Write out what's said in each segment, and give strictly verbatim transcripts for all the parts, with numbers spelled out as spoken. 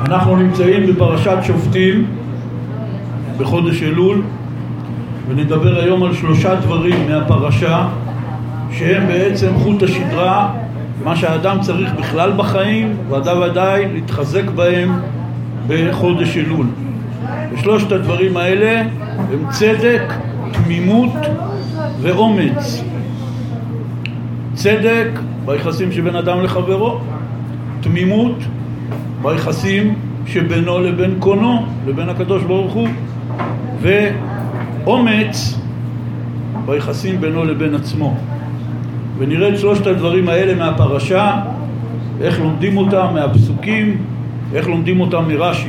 אנחנו נמצאים בפרשת שופטים בחודש אלול, ונדבר היום על שלושה דברים מהפרשה שהם בעצם חוט השדרה, מה שהאדם צריך בכלל בחיים, ודאי ודאי להתחזק בהם בחודש אלול. ושלושת הדברים האלה הם צדק, תמימות ואומץ. צדק ביחסים שבין אדם לחברו, תמימות ביחסים שבינו לבין קונו, לבין הקדוש ברוך הוא, ואומץ ביחסים בינו לבין עצמו. ונראה את שלושת הדברים האלה מהפרשה, איך לומדים אותם מהפסוקים, איך לומדים אותם מרש"י.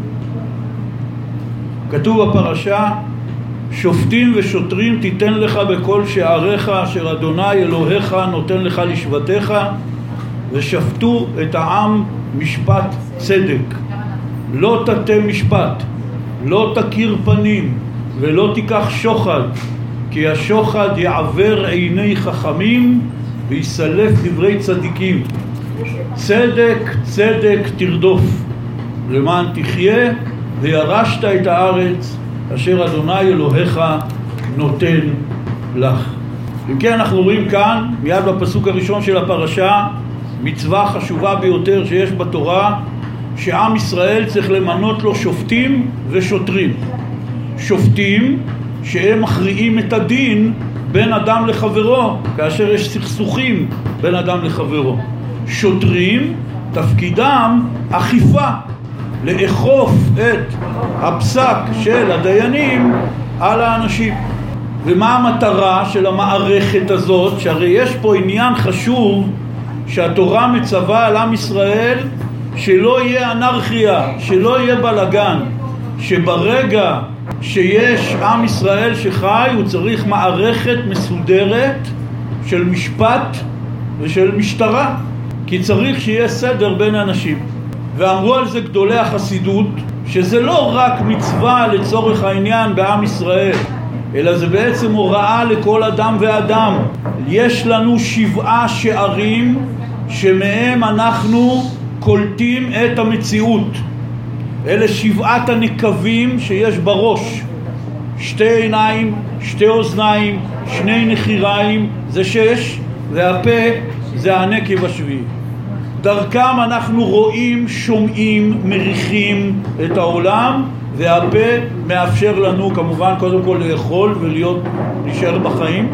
כתוב בפרשה, שופטים ושוטרים תיתן לך בכל שעריך אשר אדוני אלוהיך נותן לך לשבטיך, ושפטו את העם משפט צדק. לא תטה משפט, לא תכיר פנים, ולא תיקח שוחד, כי השוחד יעבר עיני חכמים ויסלף דברי צדיקים. צדק צדק תרדוף, למען תחיה וירשת את הארץ אשר אדוני אלוהיך נותן לך. אם כן, אנחנו רואים כאן מיד בפסוק הראשון של הפרשה מצווה חשובה ביותר שיש בתורה, שעם ישראל צריך למנות לו שופטים ושוטרים. שופטים שהם מכריעים את הדין בין אדם לחברו כאשר יש סכסוכים בין אדם לחברו. שוטרים תפקידם אכיפה, לאכוף את הפסק של הדיינים על האנשים. ומה המטרה של המערכת הזאת? שהרי יש פה עניין חשוב שהתורה מצווה על עם ישראל שלא יהיה אנרכיה, שלא יהיה בלגן, שברגע שיש עם ישראל שחי הוא צריך מערכת מסודרת של משפט ושל משטרה, כי צריך שיהיה סדר בין אנשים. ואמרו על זה גדולי החסידות שזה לא רק מצווה לצורך העניין בעם ישראל, אלא זה בעצם הוראה לכל אדם ואדם. יש לנו שבעה שערים שמהם אנחנו קולטים את המציאות. אלה שבעת הנקבים שיש בראש. שתי עיניים, שתי אוזניים, שני נחיריים, זה שש, והפה זה הנקב השביעי. דרכם אנחנו רואים, שומעים, מריחים את העולם, והפה מאפשר לנו כמובן קודם כל לאכול ולהיות, להישאר בחיים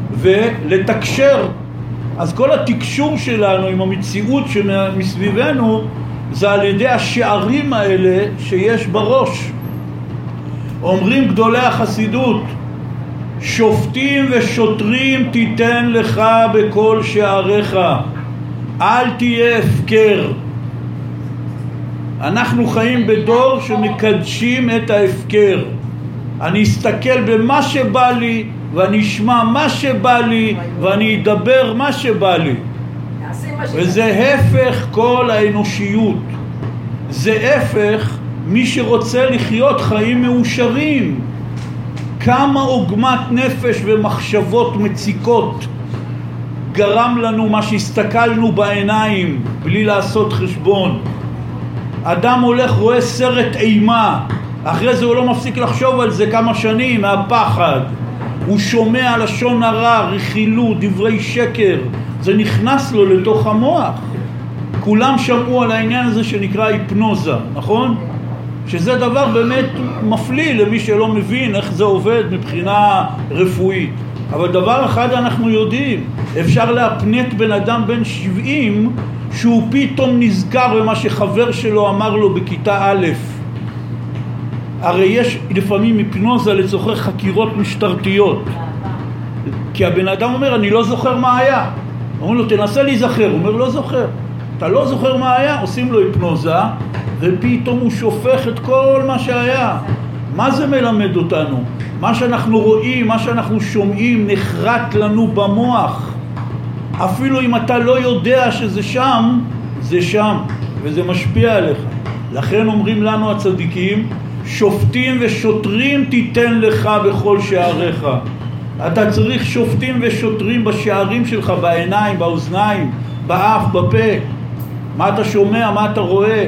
ולתקשר. אז כל התקשור שלנו עם המציאות שמסביבנו זה על ידי השערים האלה שיש בראש. אומרים גדולי החסידות, שופטים ושוטרים תיתן לך בכל שעריך, אל תהיה הפקר. אנחנו חיים בדור שמקדשים את ההפקר. אני אסתכל במה שבא לי, ואני אשמע מה שבא לי, ואני אדבר מה שבא לי. וזה הפך כל האנושיות. זה הפך מי שרוצה לחיות חיים מאושרים. כמה עוגמת נפש ומחשבות מציקות גרם לנו מה שהסתכלנו בעיניים בלי לעשות חשבון. אדם הולך רואה סרט אימה, אחרי זה הוא לא מפסיק לחשוב על זה כמה שנים מהפחד. הוא שומע לשון הרע, רכילות, דברי שקר, זה נכנס לו לתוך המוח. כולם שמעו על העניין הזה שנקרא היפנוזה, נכון? שזה דבר באמת מפליא למי שלא מבין איך זה עובד מבחינה רפואית. אבל דבר אחד אנחנו יודעים, אפשר להפנט בן אדם בן שבעים שהוא פתאום נזכר במה שחבר שלו אמר לו בכיתה א'. הרי יש לפעמים היפנוזה לצורכי חקירות משטרתיות, כי הבן אדם אומר אני לא זוכר מה היה. אומרים לו תנסה להיזכר, הוא אומר לא זוכר. אתה לא זוכר מה היה, עושים לו היפנוזה ופתאום הוא שופך את כל מה שהיה. מה זה מלמד אותנו? מה שאנחנו רואים, מה שאנחנו שומעים נחרט לנו במוח. אפילו אם אתה לא יודע שזה שם, זה שם וזה משפיע עליך. לכן אומרים לנו הצדיקים, שופטים ושוטרים תיתן לך בכל שעריך. אתה צריך שופטים ושוטרים בשערים שלך, בעיניים, באוזניים, באף, בפה. מה אתה שומע, מה אתה רואה.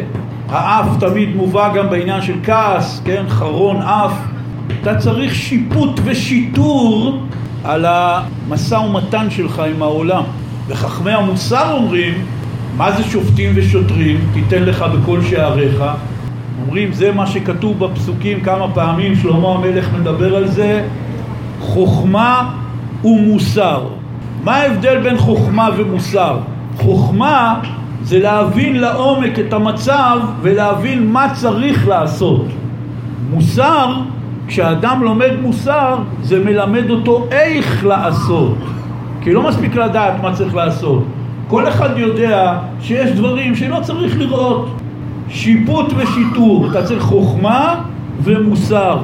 האף תמיד מובא גם בעניין של כעס, כן? חרון אף. אתה צריך שיפוט ושיטור על המשא ומתן שלך עם העולם. וחכמי המוסר אומרים, מה זה שופטים ושוטרים? תיתן לך בכל שעריך. אומרים, זה מה שכתוב בפסוקים כמה פעמים, שלמה המלך מדבר על זה, חוכמה ומוסר. מה ההבדל בין חוכמה ומוסר? חוכמה זה להבין לעומק את המצב ולהבין מה צריך לעשות. מוסר, כשאדם לומד מוסר, זה מלמד אותו איך לעשות. כי לא מספיק לדעת מה צריך לעשות. כל אחד יודע שיש דברים שלא צריך לראות. שיפוט ושיטור, אתה צריך חוכמה ומוסר.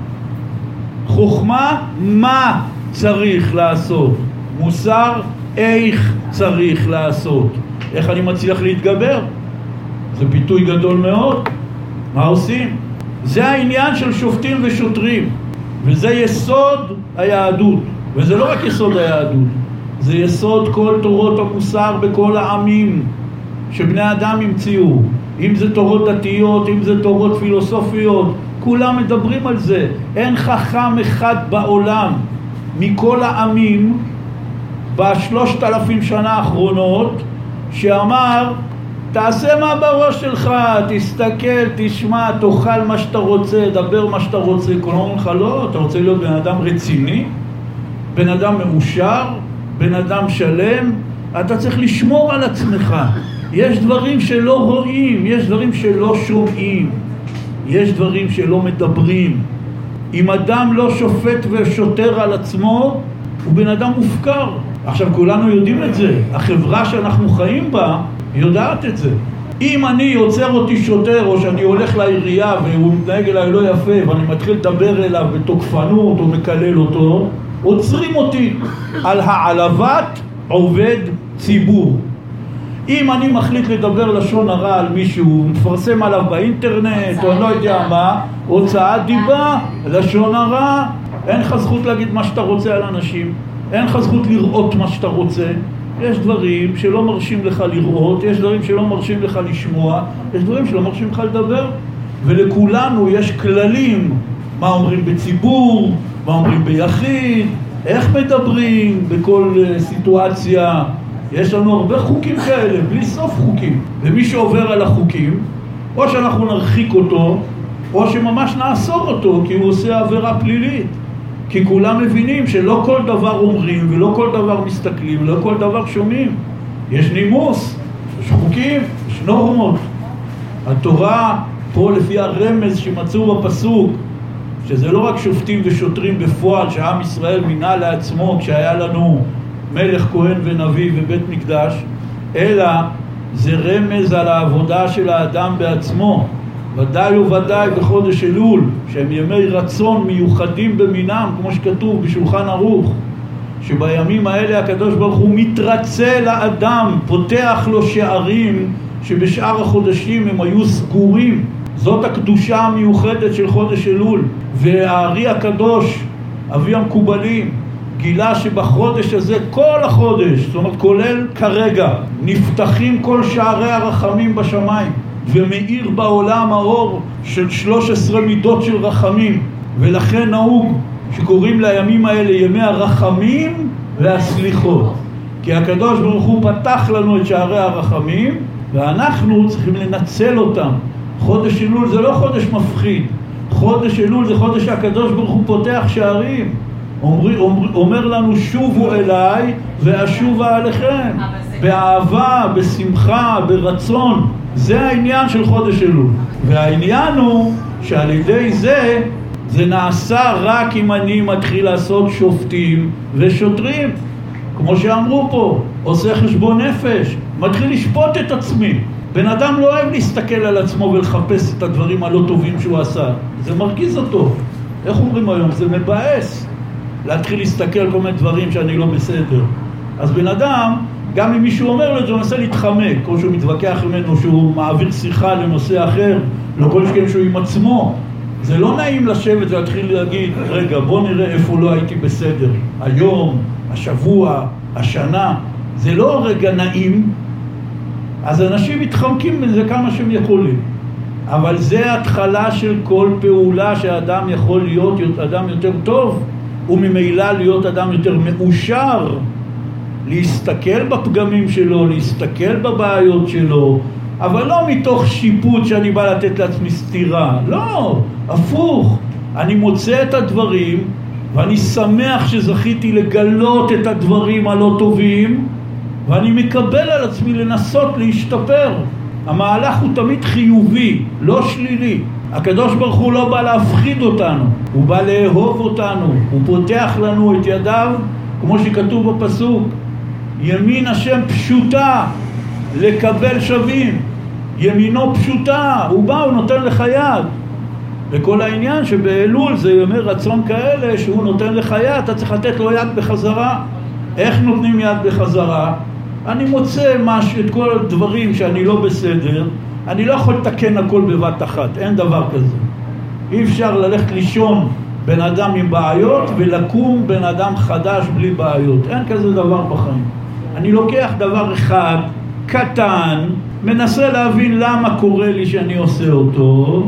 חוכמה, מה צריך לעשות? מוסר, איך צריך לעשות. איך אני מצליח להתגבר? זה ביטוי גדול מאוד. מה עושים? זה העניין של שופטים ושוטרים, וזה יסוד היהדות. וזה לא רק יסוד היהדות, זה יסוד כל תורות המוסר בכל העמים שבני אדם המציאו. אם זה תורות דתיות, אם זה תורות פילוסופיות, כולם מדברים על זה. אין חכם אחד בעולם מכל העמים בשלושת אלפים שנה האחרונות שאמר, תעשה מה בראש שלך, תסתכל, תשמע, תאכל מה שאתה רוצה, דבר מה שאתה רוצה. כולם אומרים לך, לא, אתה רוצה להיות בן אדם רציני, בן אדם מאושר, בן אדם שלם, אתה צריך לשמור על עצמך. יש דברים שלא רואים, יש דברים שלא שומעים, יש דברים שלא מדברים. אם אדם לא שופט ושוטר על עצמו, הוא בן אדם מופקר. עכשיו כולנו יודעים את זה, החברה שאנחנו חיים בה יודעת את זה. אם אני עוצר אותי שוטר או שאני הולך לעירייה והוא מתנהג אליי לא יפה ואני מתחיל לדבר אליו בתוקפנות או מקלל אותו, עוצרים אותי על העלבת עובד ציבור. אם אני מחליט לדבר לשון הרע על מישהו, מפרסם עליו באינטרנט או אני לא יודע מה, הוצאת דיבה, לשון הרע, אין לך זכות להגיד מה שאתה רוצה על אנשים, אין לך זכות לראות מה שאתה רוצה. יש דברים שלא מרשים לך לראות, יש דברים שלא מרשים לך לשמוע, יש דברים שלא מרשים לך לדבר. ולכולנו יש כללים, מה אומרים בציבור, מה אומרים ביחיד, איך מדברים בכל סיטואציה. יש לנו הרבה חוקים כאלה, בלי סוף חוקים. ומי שעובר על החוקים, או שאנחנו נרחיק אותו, או שממש נאסור אותו, כי הוא עושה עבירה פלילית. כי כולם מבינים שלא כל דבר אומרים, ולא כל דבר מסתכלים, ולא כל דבר שומעים. יש נימוס, יש חוקים, יש נורמות. התורה, פה לפי הרמז שמצאו בפסוק, שזה לא רק שופטים ושוטרים בפועל, שעם ישראל מינה לעצמו כשהיה לנו מלך כהן ונביא ובית מקדש, אלא זה רמז על העבודה של האדם בעצמו. ודאי וודאי בחודש אלול, שהם ימי רצון מיוחדים במינם, כמו שכתוב בשולחן ערוך, שבימים האלה הקדוש ברוך הוא מתרצה לאדם, פותח לו שערים שבשאר החודשים הם היו סגורים. זאת הקדושה המיוחדת של חודש אלול. והארי הקדוש, אבי המקובלים, גילה שבחודש הזה, כל החודש, זאת אומרת כולל כרגע, נפתחים כל שערי הרחמים בשמיים, ומאיר בעולם האור של שלוש עשרה מידות של רחמים. ולכן נהוג שקוראים לימים האלה ימי הרחמים והסליחות, כי הקדוש ברוך הוא פתח לנו את שערי הרחמים ואנחנו צריכים לנצל אותם. חודש אלול זה לא חודש מפחיד, חודש אלול זה חודש שהקדוש ברוך הוא פותח שערים, אומר, אומר, אומר לנו שובו אליי ואשובה עליכם, באהבה, בשמחה, ברצון. זה העניין של חודש אלול. והעניין הוא שעל ידי זה, זה נעשה רק אם אני מתחיל לעשות שופטים ושוטרים. כמו שאמרו פה, עושה חשבון נפש, מתחיל לשפוט את עצמי. בן אדם לא אוהב להסתכל על עצמו ולחפש את הדברים הלא טובים שהוא עשה. זה מרגיז אותו. איך אומרים היום? זה מבאס. להתחיל להסתכל כל מיני דברים שאני לא בסדר. אז בן אדם, גם אם מישהו אומר לו את זה, הוא מנסה להתחמק, או שהוא מתווכח ממנו, שהוא מעביר שיחה לנושא אחר, לא כל שכן שהוא עם עצמו. זה לא נעים לשבת ולהתחיל להגיד, רגע, בוא נראה איפה לא הייתי בסדר. היום, השבוע, השנה, זה לא רגע נעים. אז אנשים מתחמקים מזה כמה שהם יכולים. אבל זה התחלה של כל פעולה שהאדם יכול להיות אדם יותר טוב, וממילא להיות אדם יותר מאושר, להסתכל בפגמים שלו, להסתכל בבעיות שלו, אבל לא מתוך שיפוט שאני בא לתת לעצמי סתירה, לא, הפוך, אני מוצא את הדברים, ואני שמח שזכיתי לגלות את הדברים הלא טובים, ואני מקבל על עצמי לנסות להשתפר. המהלך הוא תמיד חיובי, לא שלילי. הקדוש ברוך הוא לא בא להפחיד אותנו, הוא בא לאהוב אותנו, הוא פותח לנו את ידיו, כמו שכתוב בפסוק, ימין השם פשוטה לקבל שווים, ימינו פשוטה, הוא בא, הוא נותן לך יד. וכל העניין שבאלול זה ימי רצון כאלה שהוא נותן לך יד, אתה צריך לתת לו יד בחזרה. איך נותנים יד בחזרה? אני מוצא מש, את כל הדברים שאני לא בסדר, אני לא יכול לתקן הכל בבת אחת, אין דבר כזה. אי אפשר ללכת לישון בן אדם עם בעיות ולקום בן אדם חדש בלי בעיות, אין כזה דבר בחיים. אני לוקח דבר אחד קטן, מנסה להבין למה קורה לי שאני עושה אותו,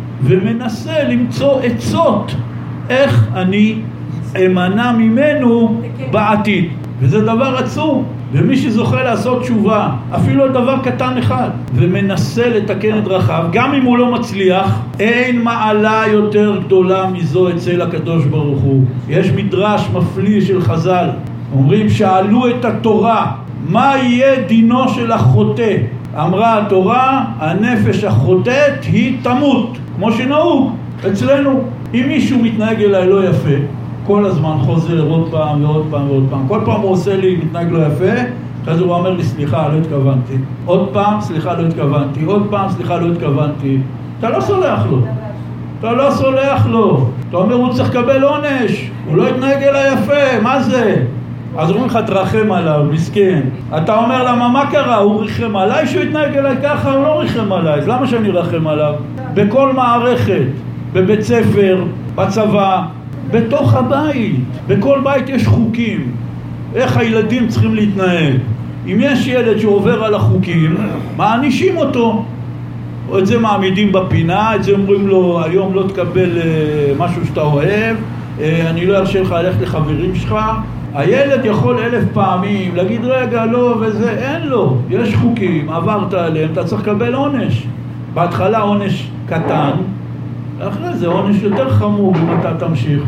ומנסה למצוא עצות איך אני אמנע ממנו בעתיד. וזה דבר עצום, ומי שזוכה לעשות תשובה, אפילו על דבר קטן אחד, ומנסה לתקן את דרכיו, גם אם הוא לא מצליח, אין מעלה יותר גדולה מזו אצל הקדוש ברוך הוא. יש מדרש מפליא של חז"ל, אומרים שאלו את התורה, מה יהיה דינו של החוטא? אמרה התורה, הנפש החוטאת היא תמות, כמו שנהוג אצלנו. אם מישהו מתנהג אליי לא יפה, כל הזמן חוזר עוד פעם ועוד פעם ועוד פעם, כל פעם הוא עושה לי, מתנהג לא יפה, אחרי זה הוא אומר לי, סליחה, לא התכוונתי. עוד פעם, סליחה, לא התכוונתי. עוד פעם, סליחה, לא התכוונתי. אתה לא סולח לו. אתה לא סולח לו. אתה אומר, הוא צריך לקבל עונש. הוא לא התנהג אליי יפה. מה זה? אז אומרים לך, תרחם עליו, מסכן. אתה אומר למה, מה קרה? הוא ריחם עליי שהוא התנהג אליי ככה? הוא לא ריחם עליי. אז למה שאני רחם עליו? בכל מערכת, בבית ספר, בצבא, בתוך הבית. בכל בית יש חוקים. איך הילדים צריכים להתנהג. אם יש ילד שעובר על החוקים, מענישים אותו. או את זה מעמידים בפינה, את זה אומרים לו, היום לא תקבל משהו שאתה אוהב, אני לא ארשה לך ללכת לחברים שלך. הילד יכול אלף פעמים להגיד רגע לא וזה, אין לו. יש חוקים, עברת עליהם, אתה צריך לקבל עונש. בהתחלה עונש קטן, אחרי זה עונש יותר חמור אם אתה תמשיך.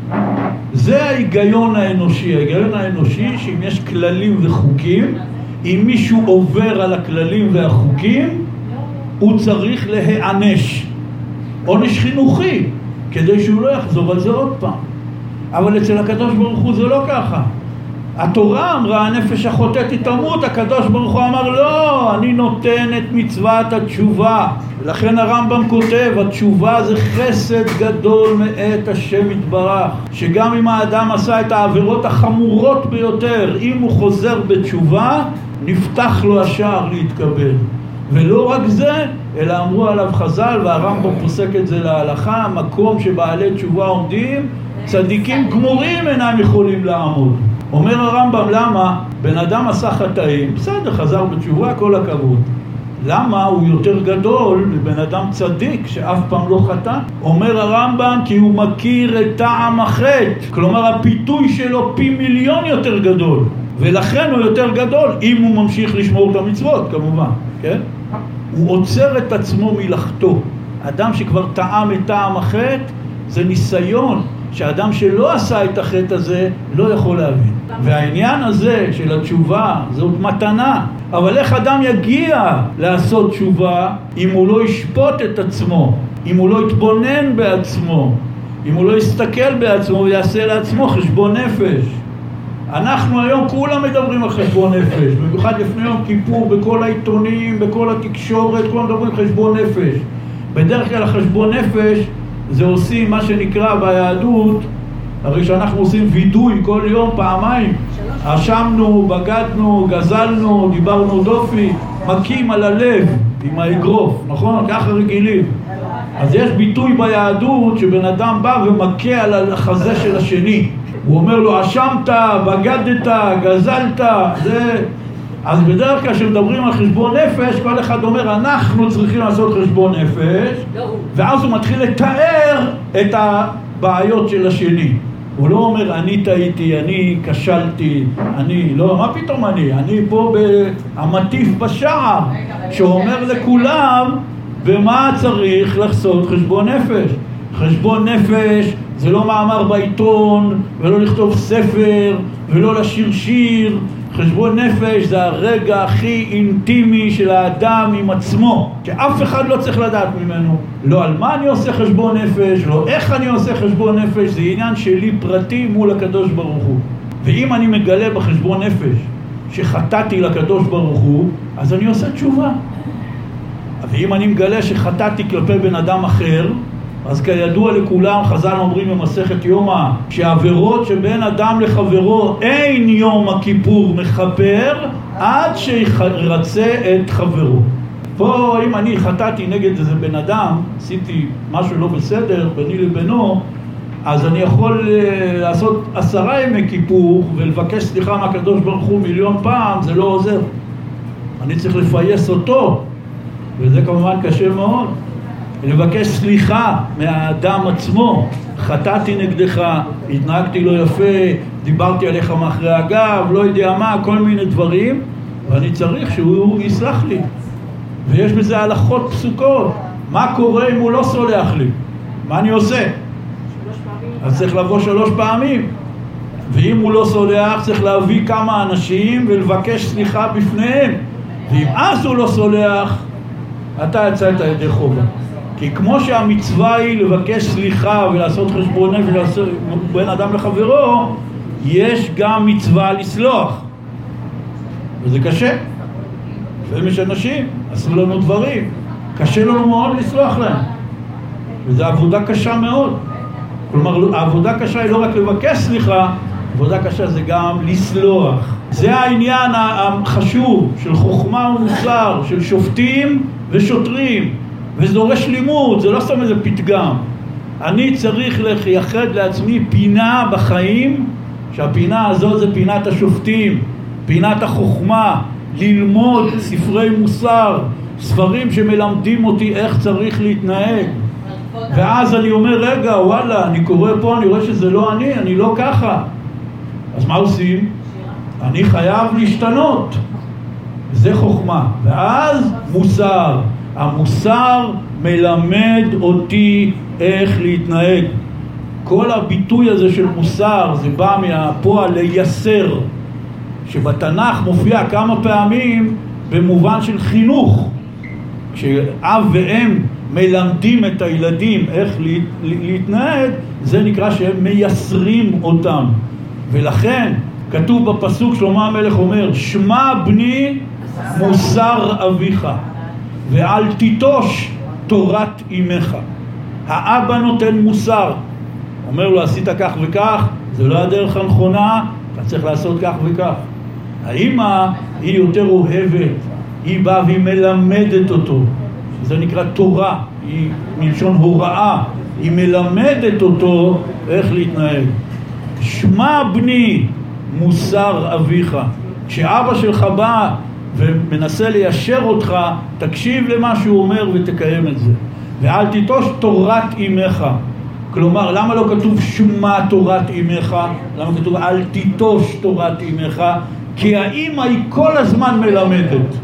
זה ההיגיון האנושי. ההיגיון האנושי שאם יש כללים וחוקים, אם מישהו עובר על הכללים והחוקים, הוא צריך להיענש. עונש חינוכי, כדי שהוא לא יחזור על זה עוד פעם. אבל אצל הקדוש ברוך הוא זה לא ככה. התורה אמרה, הנפש החוטאת היא תמות, הקדוש ברוך הוא אמר, לא, אני נותן את מצוות התשובה. ולכן הרמב"ם כותב, התשובה זה חסד גדול מאת השם יתברך, שגם אם האדם עשה את העבירות החמורות ביותר, אם הוא חוזר בתשובה, נפתח לו השער להתקבל. ולא רק זה, אלא אמרו עליו חז"ל, והרמב"ם פוסק את זה להלכה, המקום שבעלי תשובה עומדים, צדיקים גמורים אינם יכולים לעמוד. אומר הרמב"ם, למה? בן אדם עשה חטאים, בסדר, חזר בתשובה, כל הכבוד. למה הוא יותר גדול מבן אדם צדיק שאף פעם לא חטא? אומר הרמב"ם, כי הוא מכיר את טעם החטא. כלומר, הפיתוי שלו פי מיליון יותר גדול. ולכן הוא יותר גדול, אם הוא ממשיך לשמור את המצוות, כמובן, כן? הוא עוצר את עצמו מלחטוא. אדם שכבר טעם את טעם החטא, זה ניסיון. שאדם שלא עשה את החטא הזה לא יכול להבין. והעניין הזה של התשובה זאת מתנה. אבל איך אדם יגיע לעשות תשובה אם הוא לא ישפוט את עצמו, אם הוא לא יתבונן בעצמו, אם הוא לא יסתכל בעצמו ויעשה לעצמו חשבון נפש. אנחנו היום כולם מדברים על חשבון נפש, במיוחד לפני יום כיפור, בכל העיתונים, בכל התקשורת, כולם מדברים חשבון נפש. בדרך כלל החשבון נפש זה עושים מה שנקרא ביהדות, הרי שאנחנו עושים וידוי כל יום פעמיים, אשמנו, בגדנו, גזלנו, דיברנו דופי, מכים על הלב עם האגרוף, נכון? ככה רגילים. אז יש ביטוי ביהדות שבן אדם בא ומכה על החזה של השני, הוא אומר לו אשמת, בגדת, גזלת, זה אז בדרך כלל כשמדברים על חשבון נפש, כל אחד אומר, אנחנו צריכים לעשות חשבון נפש, ואז הוא מתחיל לתאר את הבעיות של השני. הוא לא אומר, אני טעיתי, אני כשלתי, אני, לא, מה פתאום אני? אני פה במטיף בשער, שאומר לכולם, במה צריך לעשות חשבון נפש. חשבון נפש זה לא מאמר בעיתון, ולא לכתוב ספר, ולא לשיר שיר. חשבון נפש זה הרגע הכי אינטימי של האדם עם עצמו, שאף אחד לא צריך לדעת ממנו. לא על מה אני עושה חשבון נפש, לא איך אני עושה חשבון נפש, זה עניין שלי פרטי מול הקדוש ברוך הוא. ואם אני מגלה בחשבון נפש שחטאתי לקדוש ברוך הוא, אז אני עושה תשובה. ואם אני מגלה שחטאתי כלפי בן אדם אחר, אז כידוע לכולם, חז"ל אומרים במסכת יומא, שהעבירות שבין אדם לחברו אין יום הכיפור מכפר עד שירצה את חברו. פה אם אני חטאתי נגד איזה בן אדם, עשיתי משהו לא בסדר ביני לבינו, אז אני יכול לעשות עשרה ימי כיפור ולבקש סליחה מהקדוש ברוך הוא מיליון פעם, זה לא עוזר. אני צריך לפייס אותו, וזה כמובן קשה מאוד. לבקש סליחה מהאדם עצמו, חטאתי נגדך, התנהגתי לא יפה, דיברתי עליך מאחרי הגב, לא יודע מה, כל מיני דברים, ואני צריך שהוא יסלח לי. ויש בזה הלכות פסוקות. מה קורה אם הוא לא סולח לי? מה אני עושה? אז צריך לבוא שלוש פעמים. ואם הוא לא סולח, צריך להביא כמה אנשים ולבקש סליחה בפניהם. ואם אז הוא לא סולח, אתה יצאת ידי חובה. כי כמו שהמצווה היא לבקש סליחה ולעשות חשבון נפש בין אדם לחברו, יש גם מצווה לסלוח. וזה קשה. לפעמים יש אנשים, עשו לנו דברים, קשה לנו מאוד לסלוח להם. וזו עבודה קשה מאוד. כלומר, העבודה קשה היא לא רק לבקש סליחה, עבודה קשה זה גם לסלוח. זה העניין החשוב של חוכמה ומוסר, של שופטים ושוטרים. וזה דורש לימוד, זה לא סתם איזה פתגם. אני צריך לייחד לעצמי פינה בחיים, שהפינה הזאת זה פינת השופטים, פינת החוכמה, ללמוד ספרי מוסר, ספרים שמלמדים אותי איך צריך להתנהג. ואז אני אומר, רגע, וואלה, אני קורא פה, אני רואה שזה לא אני, אני לא ככה. אז מה עושים? אני חייב להשתנות. זה חוכמה. ואז מוסר. המוסר מלמד אותי איך להתנהג. כל הביטוי הזה של מוסר זה בא מהפועל לייסר, שבתנ"ך מופיע כמה פעמים במובן של חינוך. כשאב ואם מלמדים את הילדים איך להתנהג, זה נקרא שהם מייסרים אותם. ולכן כתוב בפסוק, שלמה המלך אומר, שמע בני מוסר אביך ואל תיטוש תורת אמך. האבא נותן מוסר, אומר לו עשית כך וכך, זה לא הדרך הנכונה, אתה צריך לעשות כך וכך. האמא היא יותר אוהבת, היא באה והיא מלמדת אותו, זה נקרא תורה, היא מלשון הוראה, היא מלמדת אותו איך להתנהג. שמע בני מוסר אביך. כשאבא שלך בא ומנסה ליישר אותך, תקשיב למה שהוא אומר ותקיים את זה. ואל תיטוש תורת אמך. כלומר, למה לא כתוב שמע תורת אמך? למה כתוב אל תיטוש תורת אמך? כי האמא היא כל הזמן מלמדת.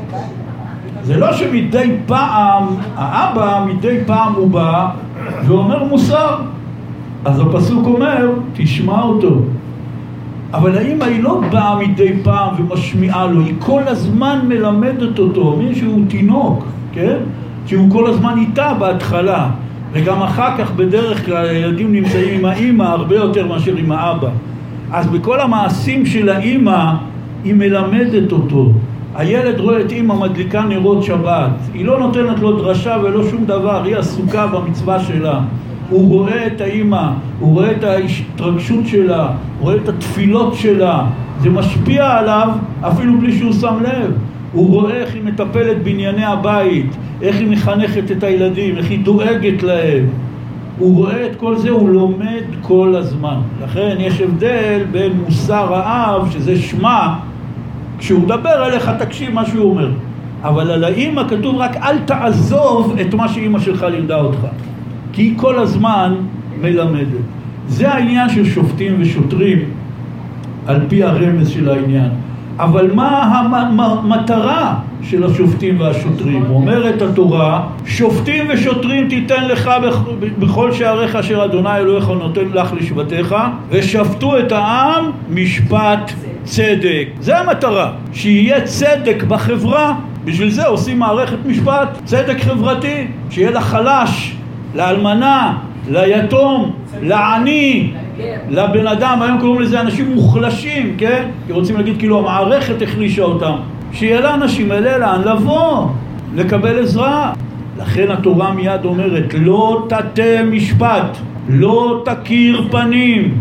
זה לא שמדי פעם, האבא מדי פעם הוא בא ואומר מוסר. אז הפסוק אומר, תשמע אותו. אבל האמא היא לא באה מדי פעם ומשמיעה לו, היא כל הזמן מלמדת אותו, מישהו תינוק, כן? שהוא כל הזמן איתה בהתחלה, וגם אחר כך בדרך כלל הילדים נמצאים עם האמא הרבה יותר מאשר עם האבא. אז בכל המעשים של האמא היא מלמדת אותו. הילד רואה את אמא מדליקה נרות שבת, היא לא נותנת לו דרשה ולא שום דבר, היא עסוקה במצווה שלה. הוא רואה את האמא, הוא רואה את ההתרגשות שלה, הוא רואה את התפילות שלה, זה משפיע עליו אפילו בלי שהוא שם לב. הוא רואה איך היא מטפלת בענייני הבית, איך היא מחנכת את הילדים, איך היא דואגת להם. הוא רואה את כל זה, הוא לומד כל הזמן. לכן יש הבדל בין מוסר האב, שזה שמע, כשהוא מדבר אליך תקשיב מה שהוא אומר. אבל על האמא כתוב רק אל תעזוב את מה שאמא שלך לימדה אותך, כי היא כל הזמן מלמדת. זה העניין של שופטים ושוטרים על פי הרמז של העניין. אבל מה המטרה של השופטים והשוטרים? אומרת התורה, שופטים ושוטרים תיתן לך בכל שעריך אשר אדוני אלוהיך נותן לך לשבטיך, ושפטו את העם משפט צדק. זה המטרה, שיהיה צדק בחברה. בשביל זה עושים מערכת משפט, צדק חברתי, שיהיה לחלש, לאלמנה, ליתום, לעני, לבן אדם. היום קוראים לזה אנשים מוחלשים, כן? כי רוצים להגיד כאילו המערכת החלישה אותם. שיהיה לאנשים האלה לאן לבוא, לקבל עזרה. לכן התורה מיד אומרת, לא תטה משפט, לא תכיר פנים.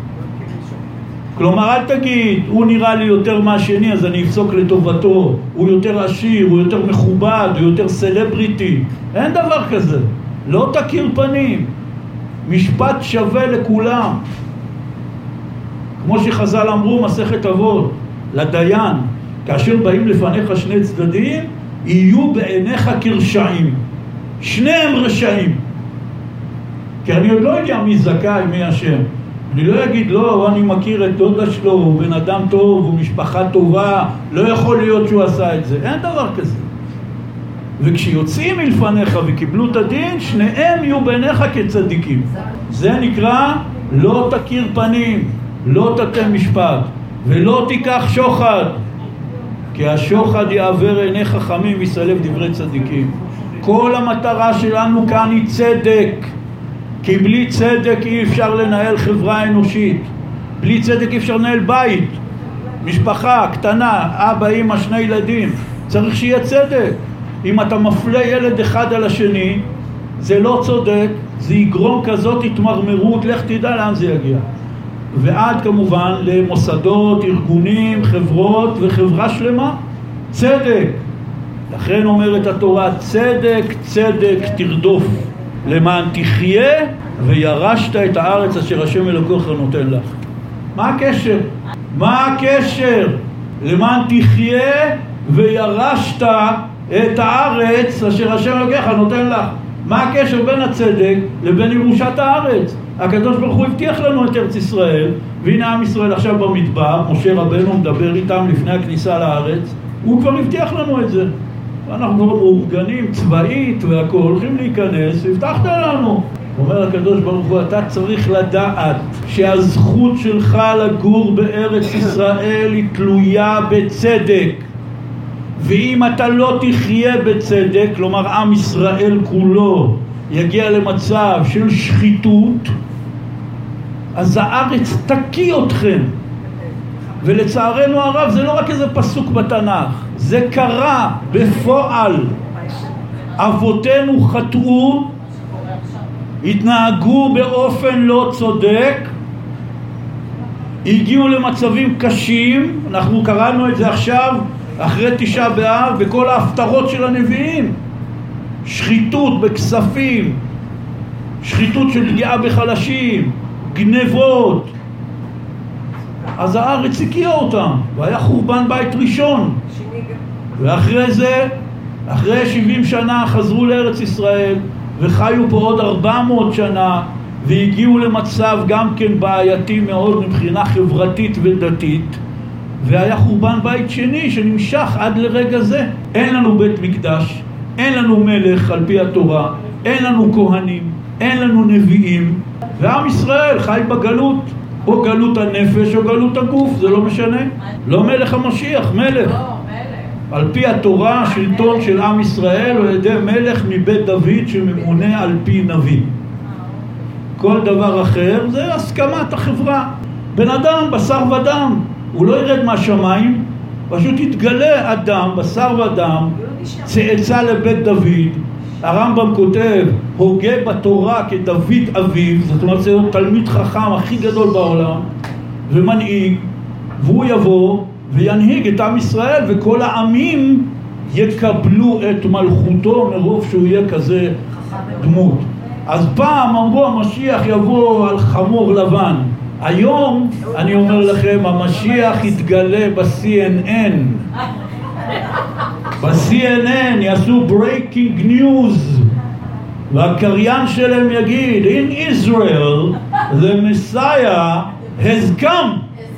כלומר, אל תגיד, הוא נראה לי יותר מהשני, אז אני אפסוק לטובתו. הוא יותר עשיר, הוא יותר מכובד, הוא יותר סלבריטי. אין דבר כזה. לא תכיר פנים. משפט שווה לכולם. כמו שחז"ל אמרו, מסכת אבות, לדיין, כאשר באים לפניך שני צדדים, יהיו בעיניך כרשעים. שניהם רשעים. כי אני עוד לא יודע מי זכאי, מי אשם. אני לא אגיד, לא, אני מכיר את דודה שלו, הוא בן אדם טוב, הוא משפחה טובה, לא יכול להיות שהוא עשה את זה. אין דבר כזה. וכשיוצאים מלפניך וקיבלו את הדין, שניהם יהיו בעיניך כצדיקים. זה נקרא לא תכיר פנים, לא תטה משפט, ולא תיקח שוחד, כי השוחד יעבר עיני חכמים ויסלב דברי צדיקים. כל המטרה שלנו כאן היא צדק, כי בלי צדק אי אפשר לנהל חברה אנושית, בלי צדק אי אפשר לנהל בית, משפחה קטנה, אבא, אמא, שני ילדים. צריך שיהיה צדק. אם אתה מפלה ילד אחד על השני, זה לא צודק, זה יגרום כזאת התמרמרות, לך תדע לאן זה יגיע. ועד כמובן למוסדות, ארגונים, חברות וחברה שלמה. צדק. לכן אומרת התורה, צדק צדק תרדוף, למען תחיה וירשת את הארץ אשר השם אלוקיך נותן לך. מה הקשר? מה הקשר? למען תחיה וירשת את הארץ אשר השם אלוקיך נותן לך. מה הקשר בין הצדק לבין ירושת הארץ? הקדוש ברוך הוא הבטיח לנו את ארץ ישראל, והנה עם ישראל עכשיו במדבר, משה רבנו מדבר איתם לפני הכניסה לארץ, הוא כבר הבטיח לנו את זה. אנחנו כבר מאורגנים צבאית והכל, הולכים להיכנס, הבטחת לנו. אומר הקדוש ברוך הוא, אתה צריך לדעת שהזכות שלך לגור בארץ ישראל היא תלויה בצדק. ואם אתה לא תחיה בצדק, כלומר עם ישראל כולו יגיע למצב של שחיתות, אז הארץ תקיא אתכם. ולצערנו הרב זה לא רק איזה פסוק בתנ"ך, זה קרה בפועל. אבותינו חטאו, התנהגו באופן לא צודק, הגיעו למצבים קשים. אנחנו קראנו את זה עכשיו אחרי תשעה באב בכל ההפטרות של הנביאים. שחיתות בכספים, שחיתות של פגיעה בחלשים, גנבות. אז הארץ הקיאה אותם, והיה חורבן בית ראשון. ואחרי זה, אחרי שבעים שנה חזרו לארץ ישראל, וחיו פה עוד ארבע מאות שנה, והגיעו למצב גם כן בעייתי מאוד מבחינה חברתית ודתית, והיה חורבן בית שני שנמשך עד לרגע זה. אין לנו בית מקדש, אין לנו מלך על פי התורה, אין לנו כהנים, אין לנו נביאים, ועם ישראל חי בגלות, או גלות הנפש או גלות הגוף, זה לא משנה. לא מלך המשיח, מלך. על פי התורה, שלטון של עם ישראל הוא ידי מלך מבית דוד שממונה על פי נביא. כל דבר אחר זה הסכמת החברה. בן אדם, בשר ודם, הוא לא ירד מהשמיים, פשוט יתגלה אדם, בשר ודם, צאצא לבית דוד. הרמב"ם כותב, הוגה בתורה כדוד אביו, זאת אומרת זה תלמיד חכם הכי גדול בעולם, ומנהיג, והוא יבוא וינהיג את עם ישראל, וכל העמים יקבלו את מלכותו מרוב שהוא יהיה כזה דמות. אז פעם אמרו המשיח יבוא על חמור לבן, היום אני אומר לכם, המשיח יתגלה ב-סי אן אן. ב-סי אן אן יעשו breaking news, והקריין שלהם יגיד, in Israel the Messiah has come.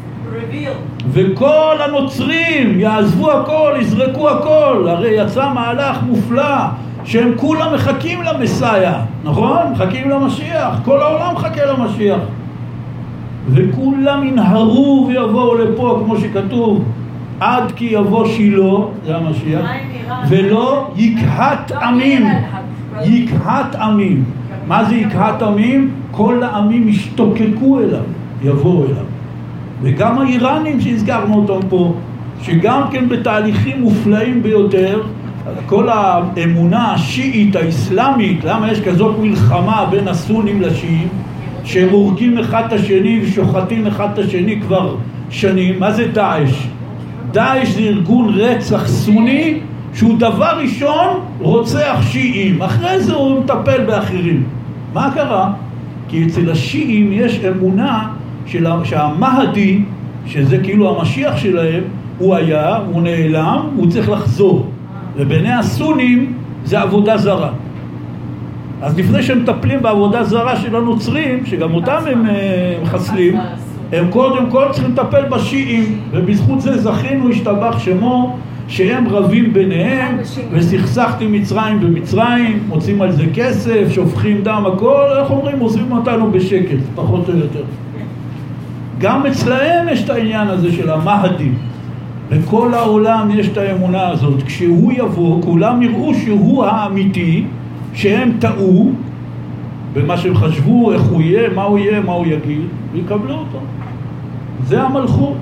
וכל הנוצרים יעזבו הכל, יזרקו הכל. הרי יצא מהלך מופלא שהם כולם מחכים למסיה, נכון? מחכים למשיח, כל העולם מחכה למשיח, וכולם ינהרו ויבואו לפה כמו שכתוב, עד כי יבוא שילה, זה המשיח, ולא יקהת עמים. יקהת עמים. מה זה יקהת עמים? כל העמים ישתוקקו אליו, יבואו אליו. וגם האיראנים שהזכרנו אותם פה, שגם כן בתהליכים מופלאים ביותר, כל האמונה השיעית האסלאמית, למה יש כזאת מלחמה בין הסונים לשיעים, שהם הורגים אחד את השני ושוחטים אחד את השני כבר שנים. מה זה דאעש? דאעש זה ארגון רצח סוני, שהוא דבר ראשון רוצח שיעים, אחרי זה הוא מטפל באחרים. מה קרה? כי אצל השיעים יש אמונה של שהמהדי, שזה כאילו המשיח שלהם, הוא היה, הוא נעלם, הוא צריך לחזור. ובעיני הסונים זה עבודה זרה. אז לפני שהם מטפלים בעבודה זרה של הנוצרים, שגם אותם הם מחסלים, הם קודם כל צריכים לטפל בשיעים, ובזכות זה זכינו, השתבח שמו, שהם רבים ביניהם, וסכסכתי מצרים במצרים, מוצאים על זה כסף, שופכים דם, הכל, איך אומרים, עוזבים אותנו בשקט, פחות או יותר. גם אצלהם יש את העניין הזה של המהדי. בכל העולם יש את האמונה הזאת. כשהוא יבוא, כולם יראו שהוא האמיתי, שהם טעו במה שהם חשבו, איך הוא יהיה, מה הוא יהיה, מה הוא יגיד, ויקבלו אותו. זה המלכות.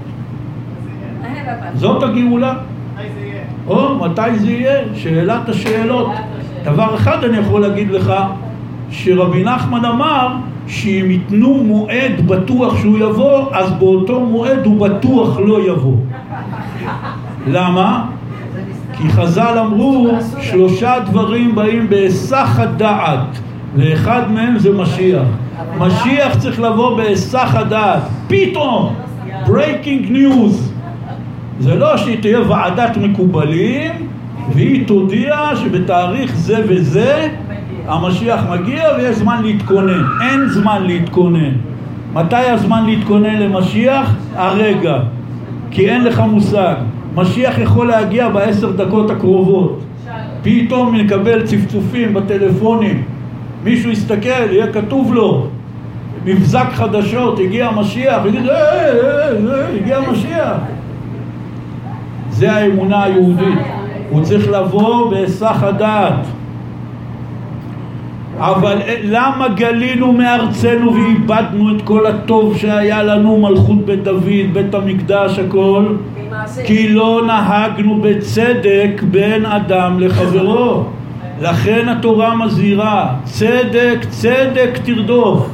זאת הגאולה. או, מתי זה יהיה? שאלת השאלות. דבר אחד אני יכול להגיד לך, שרבי נחמן אמר, שאם ייתנו מועד בטוח שהוא יבוא, אז באותו מועד הוא בטוח לא יבוא. למה? כי חז"ל אמרו, שלושה דברים באים בהיסח הדעת, ואחד מהם זה משיח. משיח צריך לבוא בהיסח הדעת, פתאום, breaking news. זה לא שהיא תהיה ועדת מקובלים, והיא תודיע שבתאריך זה וזה, המשיח מגיע ויש זמן להתכונן. אין זמן להתכונן. מתי הזמן להתכונן למשיח? הרגע. כי אין לך מושג. משיח יכול להגיע בעשר דקות הקרובות. פתאום נקבל צפצופים בטלפונים. מישהו יסתכל, יהיה כתוב לו, מבזק חדשות, הגיע המשיח, יגיד, אה, אה, אה, הגיע המשיח. זה האמונה היהודית. הוא צריך לבוא בהיסח הדעת. אבל למה גלינו מארצנו ואיבדנו את כל הטוב שהיה לנו, מלכות בית דוד, בית המקדש, הכל? כי לא נהגנו בצדק בין אדם לחברו. לכן התורה מזהירה, צדק צדק תרדוף,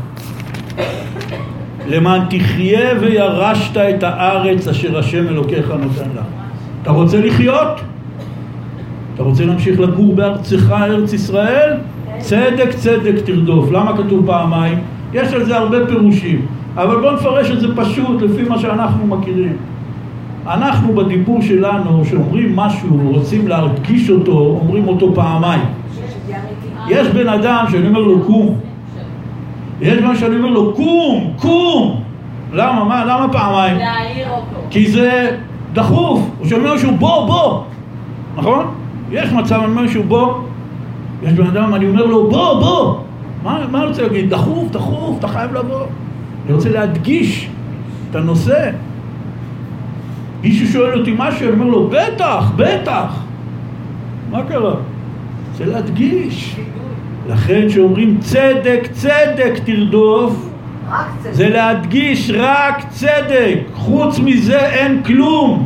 למען תחיה וירשת את הארץ אשר השם אלוקיך נותן לך. אתה רוצה לחיות? אתה רוצה להמשיך לגור בארצך, ארץ ישראל? צדק צדק תרדוף. למה כתוב פעמיים? יש על זה הרבה פירושים, אבל בואו נפרש את זה פשוט לפי מה שאנחנו מכירים. אנחנו בדיבור שלנו, שאומרים משהו, רוצים להדגיש אותו, אומרים אותו פעמיים. יש בן אדם שאני אומר לו קום, יש בן שאני אומר לו קום, קום. למה? מה? למה פעמיים? להעיר אותו. כי זה דחוף. הוא שאומר שהוא בוא, בוא. נכון? יש מצב, אני אומר שהוא בוא. יש בן אדם, אני אומר לו בוא, בוא. מה, מה אני רוצה להגיד? דחוף, דחוף, אתה חייב לבוא. אני רוצה להדגיש את הנושא. מישהו שואל אותי משהו, אני אומר לו בטח, בטח. מה קרה? זה להדגיש. לכן שאומרים צדק צדק תרדוף, זה להדגיש רק צדק, חוץ מזה אין כלום.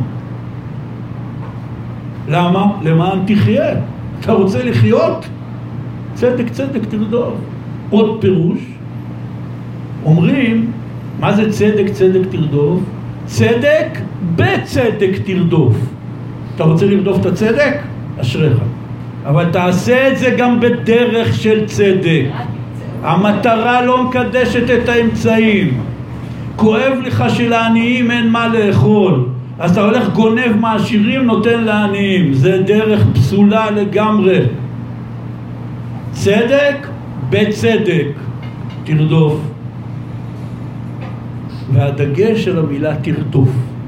למה? למען תחיה. אתה רוצה לחיות? צדק צדק תרדוף. עוד פירוש, אומרים, מה זה צדק צדק תרדוף? צדק בצדק תרדוף. אתה רוצה לרדוף את הצדק? אשריך. אבל תעשה את זה גם בדרך של צדק. המטרה לא מקדשת את האמצעים. כואב לך שלעניים אין מה לאכול, אז אתה הולך גונב מהעשירים נותן לעניים. זה דרך פסולה לגמרי. צדק בצדק תרדוף, והדגש של המילה תרדוף.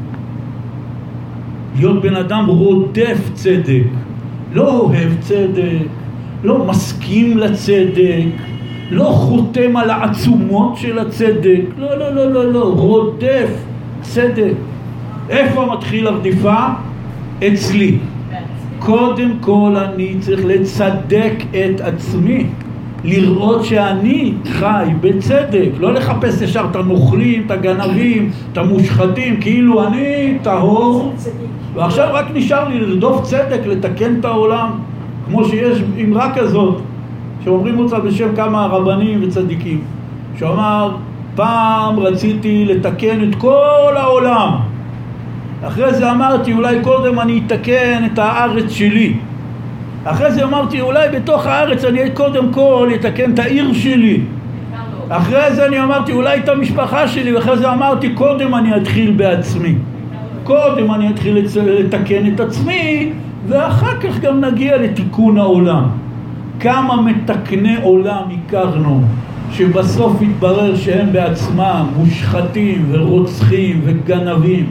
להיות בן אדם רודף צדק, לא אוהב צדק, לא מסכים לצדק, לא חותם על העצומות של הצדק, לא לא לא לא לא, רודף צדק. איפה מתחיל הרדיפה? אצלי. קודם כל אני צריך לצדק את עצמי, לראות שאני חי בצדק, לא לחפש ישר את הנוכלים, את הגנבים, את המושחתים, כאילו אני טהור, ועכשיו רק נשאר לי לרדוף צדק, לתקן את העולם, כמו שיש אמרה כזאת, שאומרים אותה בשם כמה רבנים וצדיקים, שאומר, פעם רציתי לתקן את כל העולם, אחרי זה אמרתי, אולי קודם אני אתקן את הארץ שלי, אחרי זה אמרתי, אולי בתוך הארץ אני קודם כל אתקן את העיר שלי, אחרי זה אני אמרתי, אולי את המשפחה שלי, ואחרי זה אמרתי, קודם אני אתחיל בעצמי, קודם אני אתחיל לתקן את עצמי, ואחר כך גם נגיע לתיקון העולם. כמה מתקני עולם הכרנו, שבסוף התברר שהם בעצמם מושחתים ורוצחים וגנבים.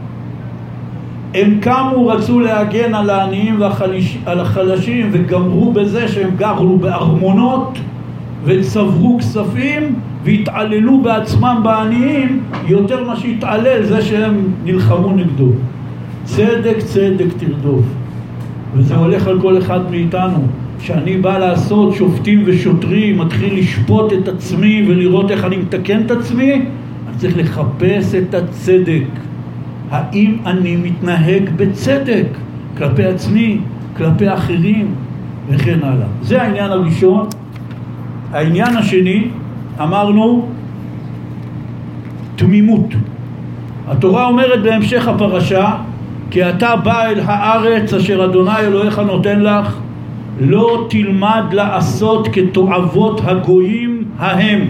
הם קמו, רצו להגן על העניים ועל החלשים, וגמרו בזה שהם גרו בארמונות וצברו כספים והתעללו בעצמם בעניים יותר מה שהתעלל זה שהם נלחמו נגדו. צדק צדק תרדוף, וזה הולך על כל אחד מאיתנו. שאני בא לעשות שופטים ושוטרים, מתחיל לשפוט את עצמי ולראות איך אני מתקן את עצמי, אני צריך לחפש את הצדק. האם אני מתנהג בצדק כלפי עצמי, כלפי אחרים וכן הלאה. זה העניין הראשון. העניין השני, אמרנו, תמימות. התורה אומרת בהמשך הפרשה, כי אתה בא אל הארץ אשר אדוני אלוהיך נותן לך, לא תלמד לעשות כתועבות הגויים ההם,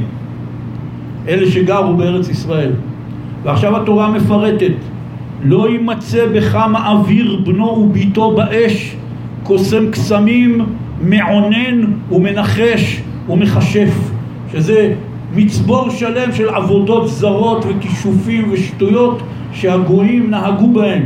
אלה שגרו בארץ ישראל. ועכשיו התורה מפרטת, לא יימצא בך מעביר בנו וביתו באש, קוסם קסמים, מעונן ומנחש ומחשף, שזה מצבור שלם של עבודות זרות וכישופים ושטויות שהגויים נהגו בהם.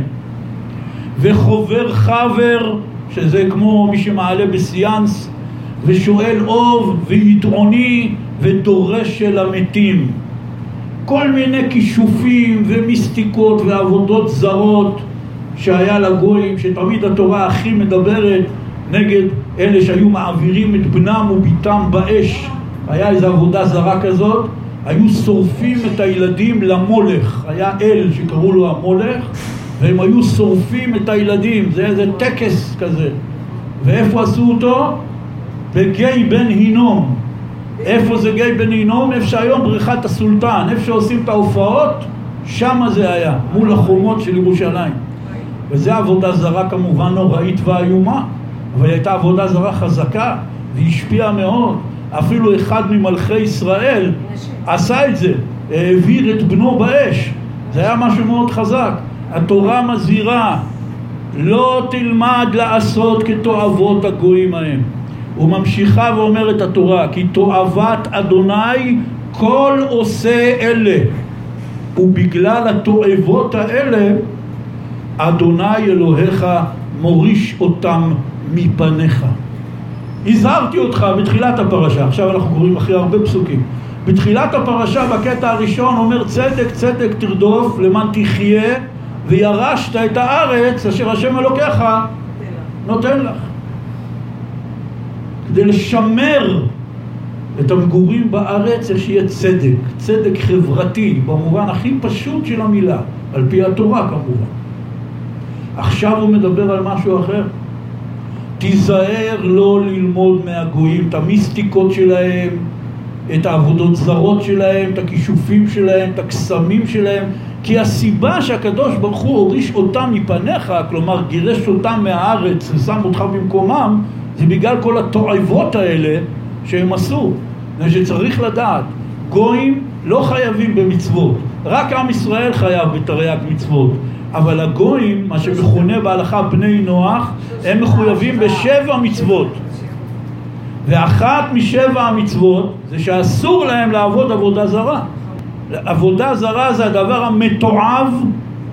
וחובר חבר, שזה כמו מי שמעלה בסיאנס, ושואל אוב וידעוני ודורש של המתים. כל מיני כישופים ומיסטיקות ועבודות זרות שהיה לגויים, שתמיד התורה הכי מדברת נגד אלה שהיו מעבירים את בנם וביתם באש. היה איזו עבודה זרה כזאת, היו שורפים את הילדים למולך, היה אל שקראו לו המולך, והם היו שורפים את הילדים, זה איזה טקס כזה. ואיפה עשו אותו? בגיא בן הינום. איפה זה גיא בן הינום? איפה שהיום בריכת הסולטן, איפה שעושים את ההופעות, שם זה היה, מול החומות של ירושלים. וזה עבודה זרה כמובן נוראית ואיומה, אבל הייתה עבודה זרה חזקה והשפיעה מאוד. אפילו אחד ממלכי ישראל עשה את זה, העביר את בנו באש. זה היה משהו מאוד חזק. התורה מזהירה, לא תלמד לעשות כתועבות הגויים ההם. וממשיכה ואומרת התורה, כי תועבת אדוני כל עושה אלה, ובגלל התועבות האלה אדוני אלוהיך מוריש אותם מפניך. הזהרתי אותך בתחילת הפרשה, עכשיו אנחנו קוראים אחרי הרבה פסוקים. בתחילת הפרשה בקטע הראשון אומר צדק צדק תרדוף למען תחיה וירשת את הארץ אשר השם אלוקיך נותן לך. כדי לשמר את המגורים בארץ צריך שיהיה צדק, צדק חברתי במובן הכי פשוט של המילה, על פי התורה כמובן. עכשיו הוא מדבר על משהו אחר. תיזהר לא ללמוד מהגויים את המיסטיקות שלהם, את העבודות זרות שלהם, את הכישופים שלהם, את הקסמים שלהם, כי הסיבה שהקדוש ברוך הוא הוריש אותם מפניך, כלומר גירש אותם מהארץ ושם אותך במקומם, זה בגלל כל התועבות האלה שהם עשו. ושצריך לדעת, גויים לא חייבים במצוות, רק עם ישראל חייב בתרי"ג מצוות. אבל הגויים, מה שמכונה בהלכה בני נוח, הם מחויבים בשבע מצוות. ואחת משבע המצוות זה שאסור להם לעבוד עבודה זרה. עבודה זרה זה הדבר המתועב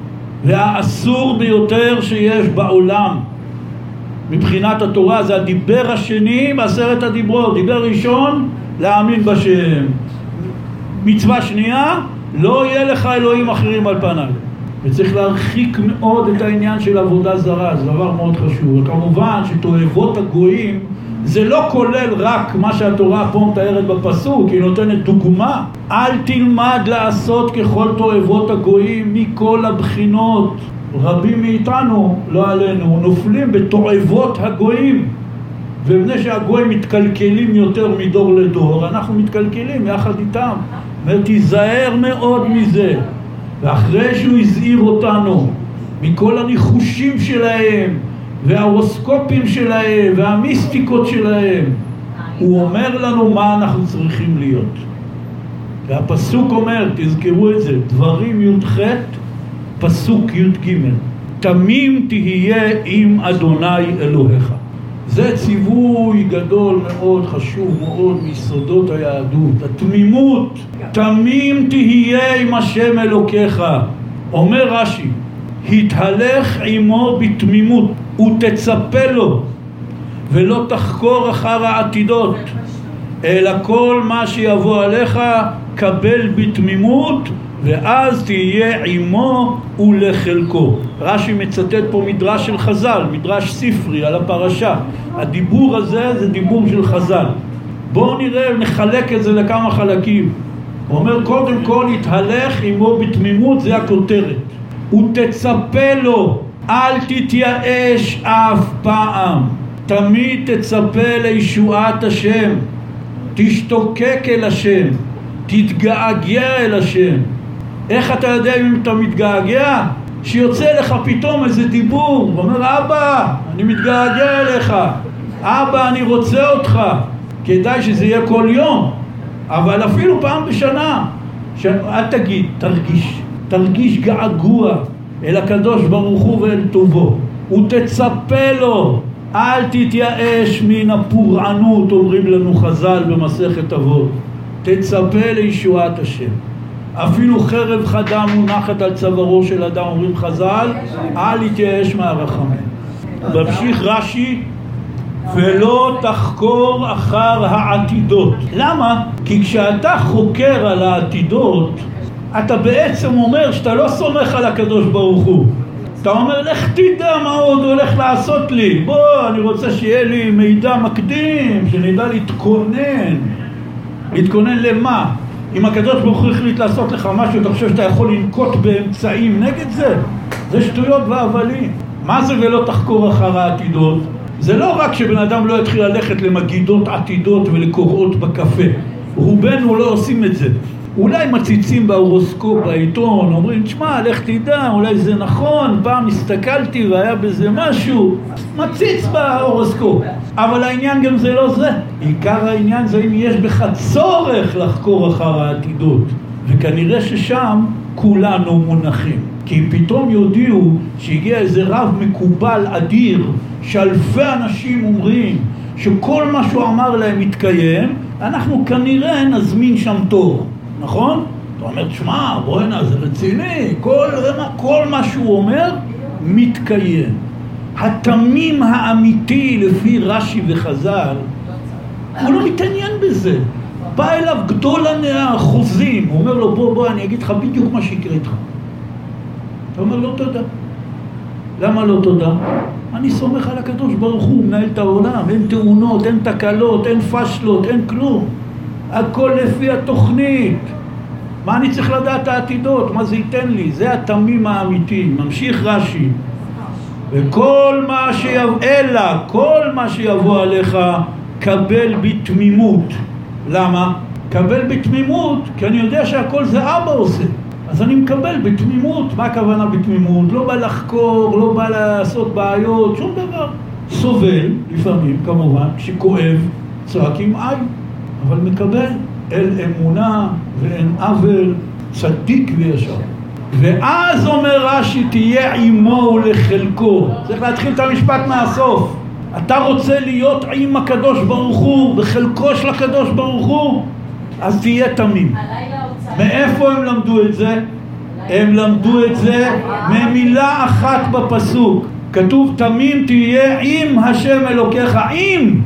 והאסור ביותר שיש בעולם. מבחינת התורה זה הדיבר השני בעשרת הדיברות. דיבר ראשון, להאמין בשם. מצווה שנייה, לא יהיה לך אלוהים אחרים על פניי. וצריך להרחיק מאוד את העניין של עבודה זרה, זה דבר מאוד חשוב. וכמובן שתועבות הגויים זה לא כולל רק מה שהתורה פה מתארת בפסוק, היא נותנת דוגמה. אל תלמד לעשות ככל תועבות הגויים מכל הבחינות. רבים מאיתנו, לא עלינו, נופלים בתועבות הגויים. ובני שהגויים מתקלקלים יותר מדור לדור, אנחנו מתקלקלים יחד איתם. ותיזהר מאוד מזה. ואחרי שהוא הזהיר אותנו מכל הניחושים שלהם וההורוסקופים שלהם והמיסטיקות שלהם, הוא אומר לנו מה אנחנו צריכים להיות. והפסוק אומר, תזכרו את זה, דברים י"ח פסוק י"ג, תמים תהיה עם אדוני אלוהיך. זה ציווי גדול מאוד, חשוב מאוד, מיסודות היהדות. התמימות, תמים תהיה עם השם אלוקיך. אומר רש"י, התהלך עמו בתמימות ותצפה לו ולא תחקור אחר העתידות, אלא כל מה שיבוא עליך קבל בתמימות ואז תהיה עמו ולחלקו. רש"י מצטט פה מדרש של חז"ל, מדרש ספרי על הפרשה. הדיבור הזה זה דיבור של חז"ל. בואו נראה, נחלק את זה לכמה חלקים. הוא אומר קודם כל התהלך עמו בתמימות, זה הכותרת. ותצפה לו, אל תתייאש אף פעם. תמיד תצפה לישועת השם. תשתוקק אל השם. תתגעגע אל השם. איך אתה יודע אם אתה מתגעגע? שיוצא לך פתאום איזה דיבור, ואומר אבא, אני מתגעגע אליך, אבא, אני רוצה אותך. כדאי שזה יהיה כל יום, אבל אפילו פעם בשנה. אל תגיד, תרגיש, תרגיש געגוע אל הקדוש ברוך הוא ואל טובו. ותצפה לו, אל תתייאש מן הפורענות, אומרים לנו חז"ל במסכת אבות. תצפה לישועת השם. אפילו חרב חדה מונחת על צווארו של אדם, אומרים חז"ל, אל יתייאש מהרחמים. ממשיך רש"י, ולא תחקור אחר העתידות. למה? כי כשאתה חוקר על העתידות, אתה בעצם אומר שאתה לא סומך על הקדוש ברוך הוא. אתה אומר, לך תדע מה עוד הולך לעשות לי. בוא, אני רוצה שיהיה לי מידע מקדים, שנדע להתכונן. להתכונן למה? אם הקדוש ברוך הוא החליט לעשות לך משהו, אתה חושב שאתה יכול לנקוט באמצעים נגד זה? זה שטויות והבלים. מה זה ולא תחקור אחר העתידות? זה לא רק שבן אדם לא יתחיל ללכת למגידות עתידות ולקוראות בקפה. רובנו לא עושים את זה. אולי מציצים בהורוסקופ בעיתון, אומרים, תשמע, לך תדע, אולי זה נכון, פעם הסתכלתי והיה בזה משהו. מציץ בהורוסקופ. אבל העניין גם זה לא זה. עיקר העניין זה אם יש בך צורך לחקור אחר העתידות. וכנראה ששם כולנו מונחים. כי פתאום יודיעו שהגיע איזה רב מקובל אדיר, שאלפי אנשים אומרים שכל מה שהוא אמר להם מתקיים, אנחנו כנראה נזמין שם תור. נכון? אתה אומר, תשמע, בואי נה, זה רציני, כל, כל מה שהוא אומר מתקיים. התמים האמיתי לפי רש"י וחז"ל, הוא לא מתעניין בזה. בא אליו גדול החוזים, הוא אומר לו, בוא בוא אני אגיד לך בדיוק מה שיקרה איתך. אתה אומר לו תודה. למה לא תודה? אני סומך על הקדוש ברוך הוא, מנהל את העולם, אין תאונות, אין תקלות, אין פשלות, אין כלום. הכל לפי התוכנית. מה אני צריך לדעת העתידות? מה זה ייתן לי? זה התמים האמיתי. ממשיך רש"י. וכל מה שיבוא, אלא כל מה שיבוא עליך, קבל בתמימות. למה? קבל בתמימות, כי אני יודע שהכל זה אבא עושה. אז אני מקבל בתמימות. מה הכוונה בתמימות? לא בא לחקור, לא בא לעשות בעיות, שום דבר. סובל, לפעמים, כמובן, כשכואב, צועק עם עין. אבל מקבל אל אמונה ואין עוול, צדיק וישר. ואז אומר רש"י, תהיה עמו ולחלקו. צריך להתחיל את המשפט מהסוף. אתה רוצה להיות עם הקדוש ברוך הוא, בחלקו של הקדוש ברוך הוא, אז תהיה תמים. מאיפה הם למדו את זה? הם למדו את זה ממילה אחת בפסוק. כתוב תמים תהיה עם השם אלוקיך, עם,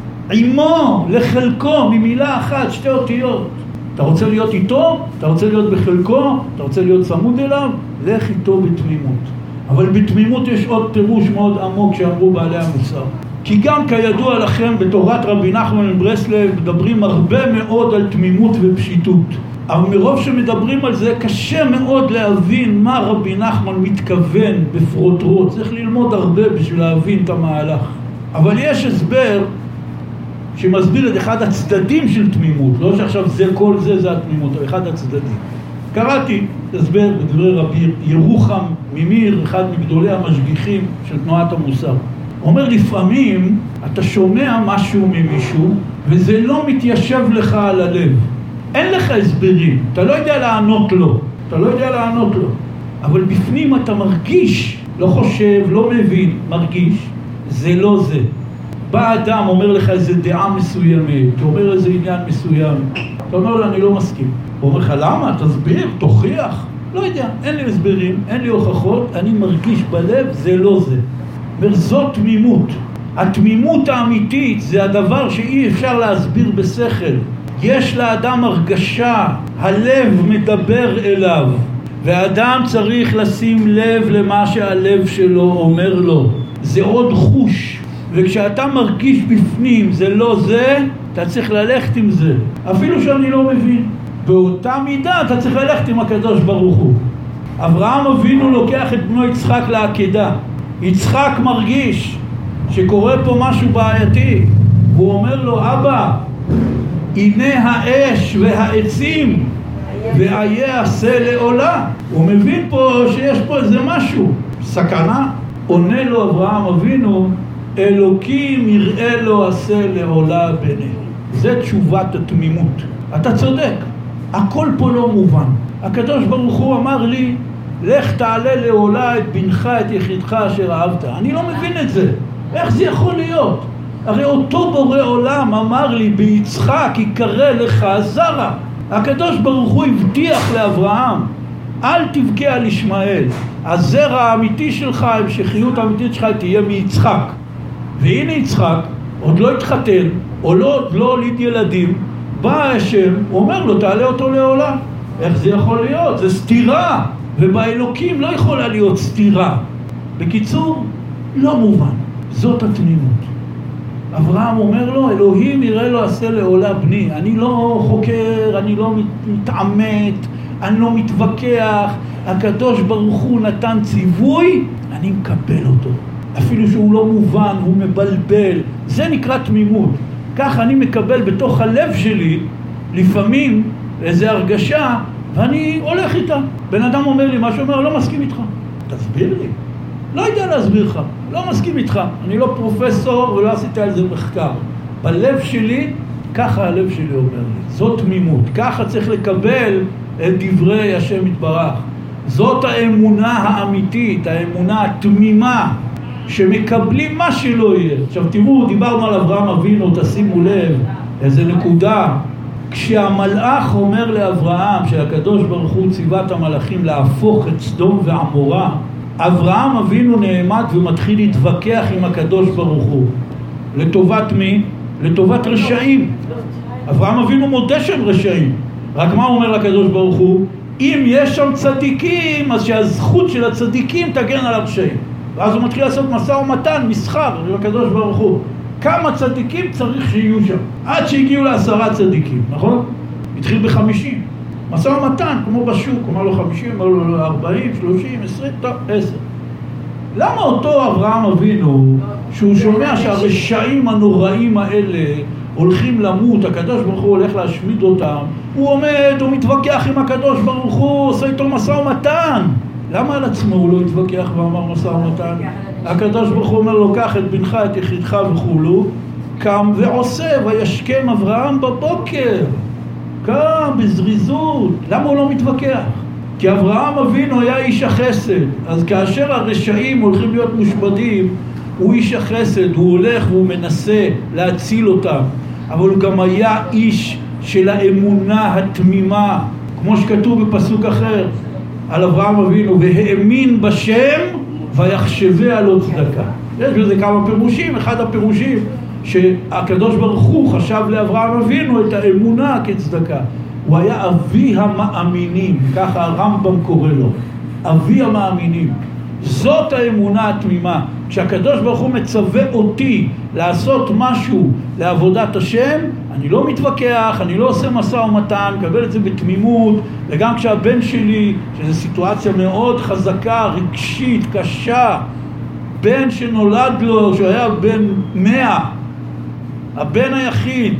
עמו, לחלקו, ממילה אחת, שתי אותיות. אתה רוצה להיות איתו? אתה רוצה להיות בחלקו? אתה רוצה להיות צמוד אליו? לך איתו בתמימות. אבל בתמימות יש עוד פירוש מאוד עמוק שאמרו בעלי המוסר. כי גם כידוע לכם בתורת רבי נחמן מברסלב מדברים הרבה מאוד על תמימות ופשיטות. אבל מרוב שמדברים על זה קשה מאוד להבין מה רבי נחמן מתכוון בפרוטרוט. צריך ללמוד הרבה בשביל להבין את המהלך. אבל יש הסבר שמסביר את אחד הצדדים של תמימות. לא שעכשיו זה כל זה זה התמימות, אבל אחד הצדדים. קראתי הסבר בדברי רבי ירוחם ממיר, אחד מגדולי המשגיחים של תנועת המוסר. הוא אומר לפעמים אתה שומע משהו ממישהו וזה לא מתיישב לך על הלב. אין לך הסברים, אתה לא יודע לענות לו, אתה לא יודע לענות לו. אבל בפנים אתה מרגיש, לא חושב, לא מבין, מרגיש, זה לא זה. בא אדם, אומר לך איזה דעה מסוימת, אומר איזה עניין מסוים, אתה אומר לו אני לא מסכים. הוא אומר לך למה? תסביר, תוכיח. לא יודע, אין לי הסברים, אין לי הוכחות, אני מרגיש בלב, זה לא זה. וזאת תמימות. התמימות האמיתית זה הדבר שאי אפשר להסביר בשכל. יש לאדם הרגשה, הלב מדבר אליו, והאדם צריך לשים לב למה שהלב שלו אומר לו. זה עוד חוש, וכשאתה מרגיש בפנים זה לא זה, אתה צריך ללכת עם זה, אפילו שאני לא מבין. באותה מידה אתה צריך ללכת עם הקדוש ברוך הוא. אברהם אבינו לוקח את בנו יצחק לעקדה. יצחק מרגיש שקורה פה משהו בעייתי, והוא אומר לו אבא, הנה האש והעצים ואיה עשה לעולה. הוא מבין פה שיש פה איזה משהו, סכנה. עונה לו אברהם אבינו, אלוקים יראה לו עשה לעולה בני. זה תשובת התמימות. אתה צודק, הכל פה לא מובן. הקדוש ברוך הוא אמר לי, לך תעלה לעולה את בנך את יחידך אשר אהבת. אני לא מבין את זה, איך זה יכול להיות? הרי אותו בורא עולם אמר לי ביצחק יקרא לך זרע. הקדוש ברוך הוא הבטיח לאברהם, אל תבכה על ישמעאל, הזרע האמיתי שלך, המשכיות האמיתית שלך תהיה מיצחק. והנה יצחק עוד לא התחתן, או לא, לא הוליד ילדים, בא השם, הוא אומר לו תעלה אותו לעולה. איך זה יכול להיות? זה סתירה, ובאלוקים לא יכולה להיות סתירה. בקיצור, לא מובן, זאת התמימות. אברהם אומר לו, אלוהים יראה לו עשה לעולה בני. אני לא חוקר, אני לא מתעמת, אני לא מתווכח. הקדוש ברוך הוא נתן ציווי, אני מקבל אותו. אפילו שהוא לא מובן, הוא מבלבל. זה נקרא תמימות. כך אני מקבל בתוך הלב שלי, לפעמים איזו הרגשה, ואני הולך איתה. בן אדם אומר לי משהו, אומר, לא מסכים איתך. תסביר לי. לא יודע להסביר לך, לא מסכים איתך. אני לא פרופסור ולא עשיתי על זה מחקר. בלב שלי, ככה הלב שלי אומר לי. זאת תמימות. ככה צריך לקבל את דברי השם יתברך. זאת האמונה האמיתית, האמונה התמימה, שמקבלים מה שלא יהיה. עכשיו תראו, דיברנו על אברהם אבינו, תשימו לב, איזה נקודה. כשהמלאך אומר לאברהם, שהקדוש ברוך הוא ציווה את המלאכים להפוך את סדום ועמורה, אברהם אבינו נעמד ומתחיל להתווכח עם הקדוש ברוך הוא. לטובת מי? לטובת רשעים. אברהם אבינו מודה שהם רשעים. רק מה הוא אומר לקדוש ברוך הוא? אם יש שם צדיקים, אז שהזכות של הצדיקים תגן על הרשעים. ואז הוא מתחיל לעשות משא ומתן, מסחר, לקדוש ברוך הוא. כמה צדיקים צריך שיהיו שם? עד שהגיעו לעשרה צדיקים, נכון? התחיל בחמישים. משא ומתן, כמו בשוק, אומר לו חמישים, אומר לו ארבעים, שלושים, עשרים, טוב, עשר. למה אותו אברהם אבינו, שהוא שומע שהרשעים הנוראים האלה הולכים למות, הקדוש ברוך הוא הולך להשמיד אותם, הוא עומד, הוא מתווכח עם הקדוש ברוך הוא, עושה איתו משא ומתן. למה על עצמו הוא לא התווכח ואמר משא ומתן? הקדוש ברוך הוא אומר לו, קח את בנך, את יחידך וכולו, קם ועושה, וישכם אברהם בבוקר. קם בזריזות. למה הוא לא מתווכח? כי אברהם אבינו היה איש החסד. אז כאשר הרשעים הולכים להיות מושמדים, הוא איש החסד, הוא הולך והוא מנסה להציל אותם. אבל הוא גם היה איש של האמונה התמימה, כמו שכתוב בפסוק אחר על אברהם אבינו, והאמין בשם ויחשביה לו צדקה. יש בזה כמה פירושים. אחד הפירושים שהקדוש ברוך הוא חשב לאברהם אבינו את האמונה כצדקה. הוא היה אבי המאמינים, ככה הרמב"ם קורא לו, אבי המאמינים. זאת האמונה התמימה. כשהקדוש ברוך הוא מצווה אותי לעשות משהו לעבודת השם, אני לא מתווכח, אני לא עושה משא ומתן, מקבל את זה בתמימות. וגם כשהבן שלי, שזו סיטואציה מאוד חזקה, רגשית, קשה, בן שנולד לו, שהיה בן מאה, הבן היחיד,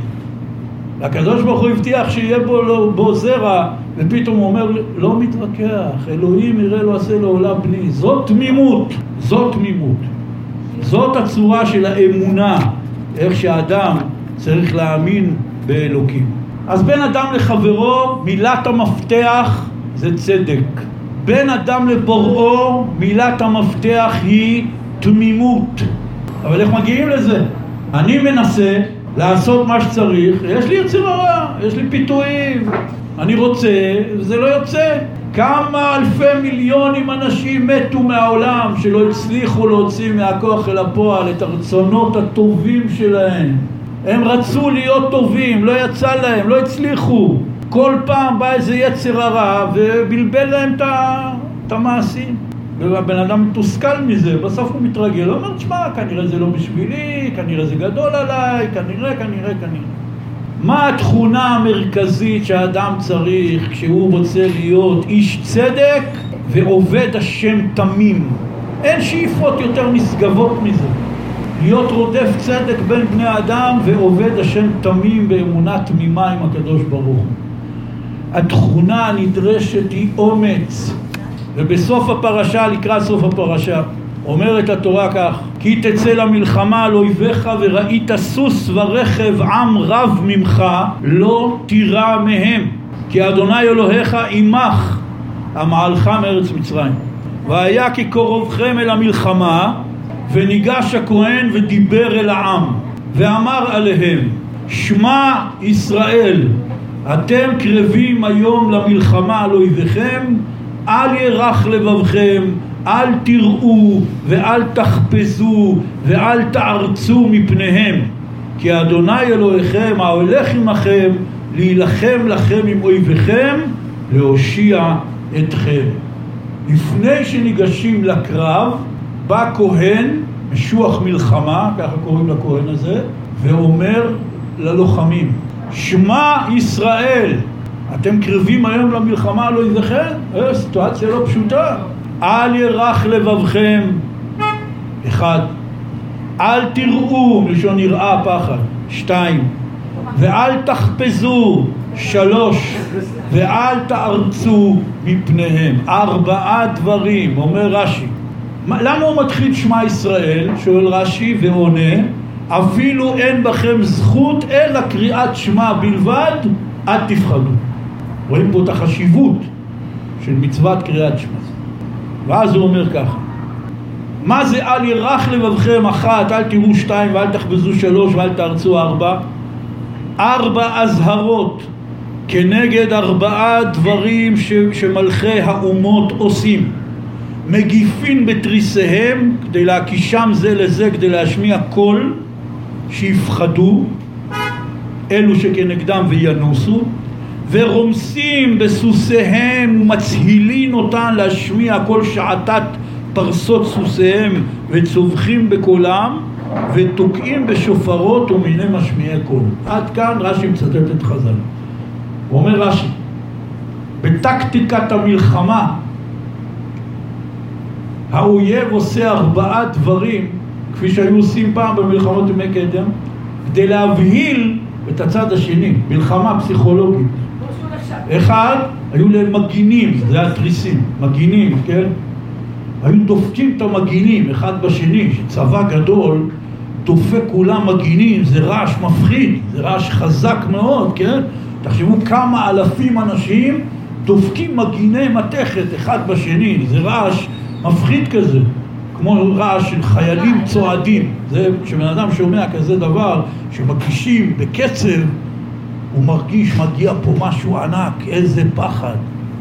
הקדוש ברוך הוא הבטיח שיהיה בו, בו זרע, ופתאום הוא אומר, לא מתווכח, אלוהים יראה לו עשה לעולם בני. זאת תמימות, זאת תמימות. זאת הצורה של האמונה, איך שהאדם צריך להאמין באלוקים. אז בין אדם לחברו, מילת המפתח זה צדק. בין אדם לבוראו, מילת המפתח היא תמימות. אבל איך מגיעים לזה? אני מנסה לעשות מה שצריך, יש לי יצר הרע, יש לי פיתויים, אני רוצה, וזה לא יוצא. כמה אלפי מיליונים אנשים מתו מהעולם שלא הצליחו להוציא מהכוח אל הפועל את הרצונות הטובים שלהם. הם רצו להיות טובים, לא יצא להם, לא הצליחו. כל פעם בא איזה יצר הרע ובלבל להם את המעשים. והבן אדם מתוסכל מזה, בסוף הוא מתרגל, הוא אומר, תשמע, כנראה זה לא בשבילי, כנראה זה גדול עליי, כנראה, כנראה, כנראה. מה התכונה המרכזית שהאדם צריך כשהוא רוצה להיות איש צדק ועובד השם תמים? אין שאיפות יותר נשגבות מזה. להיות רודף צדק בין בני האדם ועובד השם תמים באמונה תמימה עם הקדוש ברוך הוא. התכונה הנדרשת היא אומץ. ובסוף הפרשה, לקראת סוף הפרשה, אומרת התורה כך, כי תצא למלחמה על אויביך וראית סוס ורכב עם רב ממך, לא תירא מהם, כי אדוני אלוהיך עמך, המעלך מארץ מצרים. והיה כי קרובכם אל המלחמה, וניגש הכהן ודיבר אל העם, ואמר עליהם, שמע ישראל, אתם קרבים היום למלחמה על אויביכם, אל ירח לבבכם, אל תראו ואל תחפזו ואל תערצו מפניהם, כי אדוני אלוהיכם ההולך עמכם להילחם לכם עם אויביכם, להושיע אתכם. לפני שניגשים לקרב, בא כהן, משוח מלחמה, ככה קוראים לכהן הזה, ואומר ללוחמים, שמע ישראל, אתם קרבים היום למלחמה על אויביכם? אה, סיטואציה לא פשוטה. אל ירח לבבכם, אחד. אל תראו, לשון יראה פחד, שתיים. ואל תחפזו, שלוש. ואל תערצו מפניהם, ארבעה דברים, אומר רש"י. למה הוא מתחיל שמע ישראל? שואל רש"י ועונה, אפילו אין בכם זכות אלא קריאת שמע בלבד, אל תפחדו. רואים פה את החשיבות של מצוות קריאת שמע. ואז הוא אומר ככה, מה זה אל ירח לבבכם? אחת, אל תראו, שתיים, ואל תחבזו, שלוש, ואל תארצו, ארבע. ארבע הזהרות כנגד ארבעה דברים ש... שמלכי האומות עושים. מגיפין בתריסיהם כדי להקישם זה לזה, כדי להשמיע קול שיפחדו אלו שכנגדם וינוסו, ורומסים בסוסיהם ומצהילין אותן להשמיע כל שעתת פרסות סוסיהם וצובחים בקולם ותוקעים בשופרות ומיני משמיעי קול. עד כאן רש"י מצטט את חז"ל. הוא אומר רש"י, בטקטיקת המלחמה האויב עושה ארבעה דברים כפי שהיו עושים פעם במלחמות ימי קדם כדי להבהיל את הצד השני, מלחמה פסיכולוגית. אחד, היו להם מגינים, זה התריסים, מגינים, כן? היו דופקים את המגינים אחד בשני, שצבא גדול דופק כולם מגינים, זה רעש מפחיד, זה רעש חזק מאוד, כן? תחשבו כמה אלפים אנשים דופקים מגיני מתכת אחד בשני, זה רעש מפחיד כזה, כמו רעש של חיילים צועדים. זה כשבן אדם שומע כזה דבר שמגישים בקצב, הוא מרגיש מגיע פה משהו ענק, איזה פחד.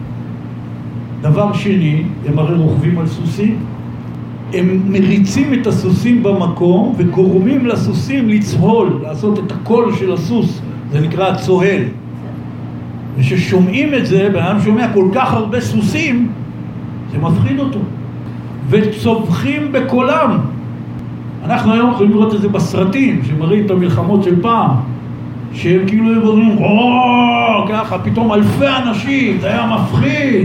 דבר שני, הם הרי רוכבים על סוסים, הם מריצים את הסוסים במקום וגורמים לסוסים לצהול, לעשות את הקול של הסוס, זה נקרא צוהל. וששומעים את זה, בן אדם שומע כל כך הרבה סוסים, זה מפחיד אותו. וצווחים בקולם. אנחנו היום יכולים לראות את זה בסרטים, שמראים את המלחמות של פעם, שהם כאילו אומרים, או, ככה, פתאום אלפי אנשים, זה היה מפחיד.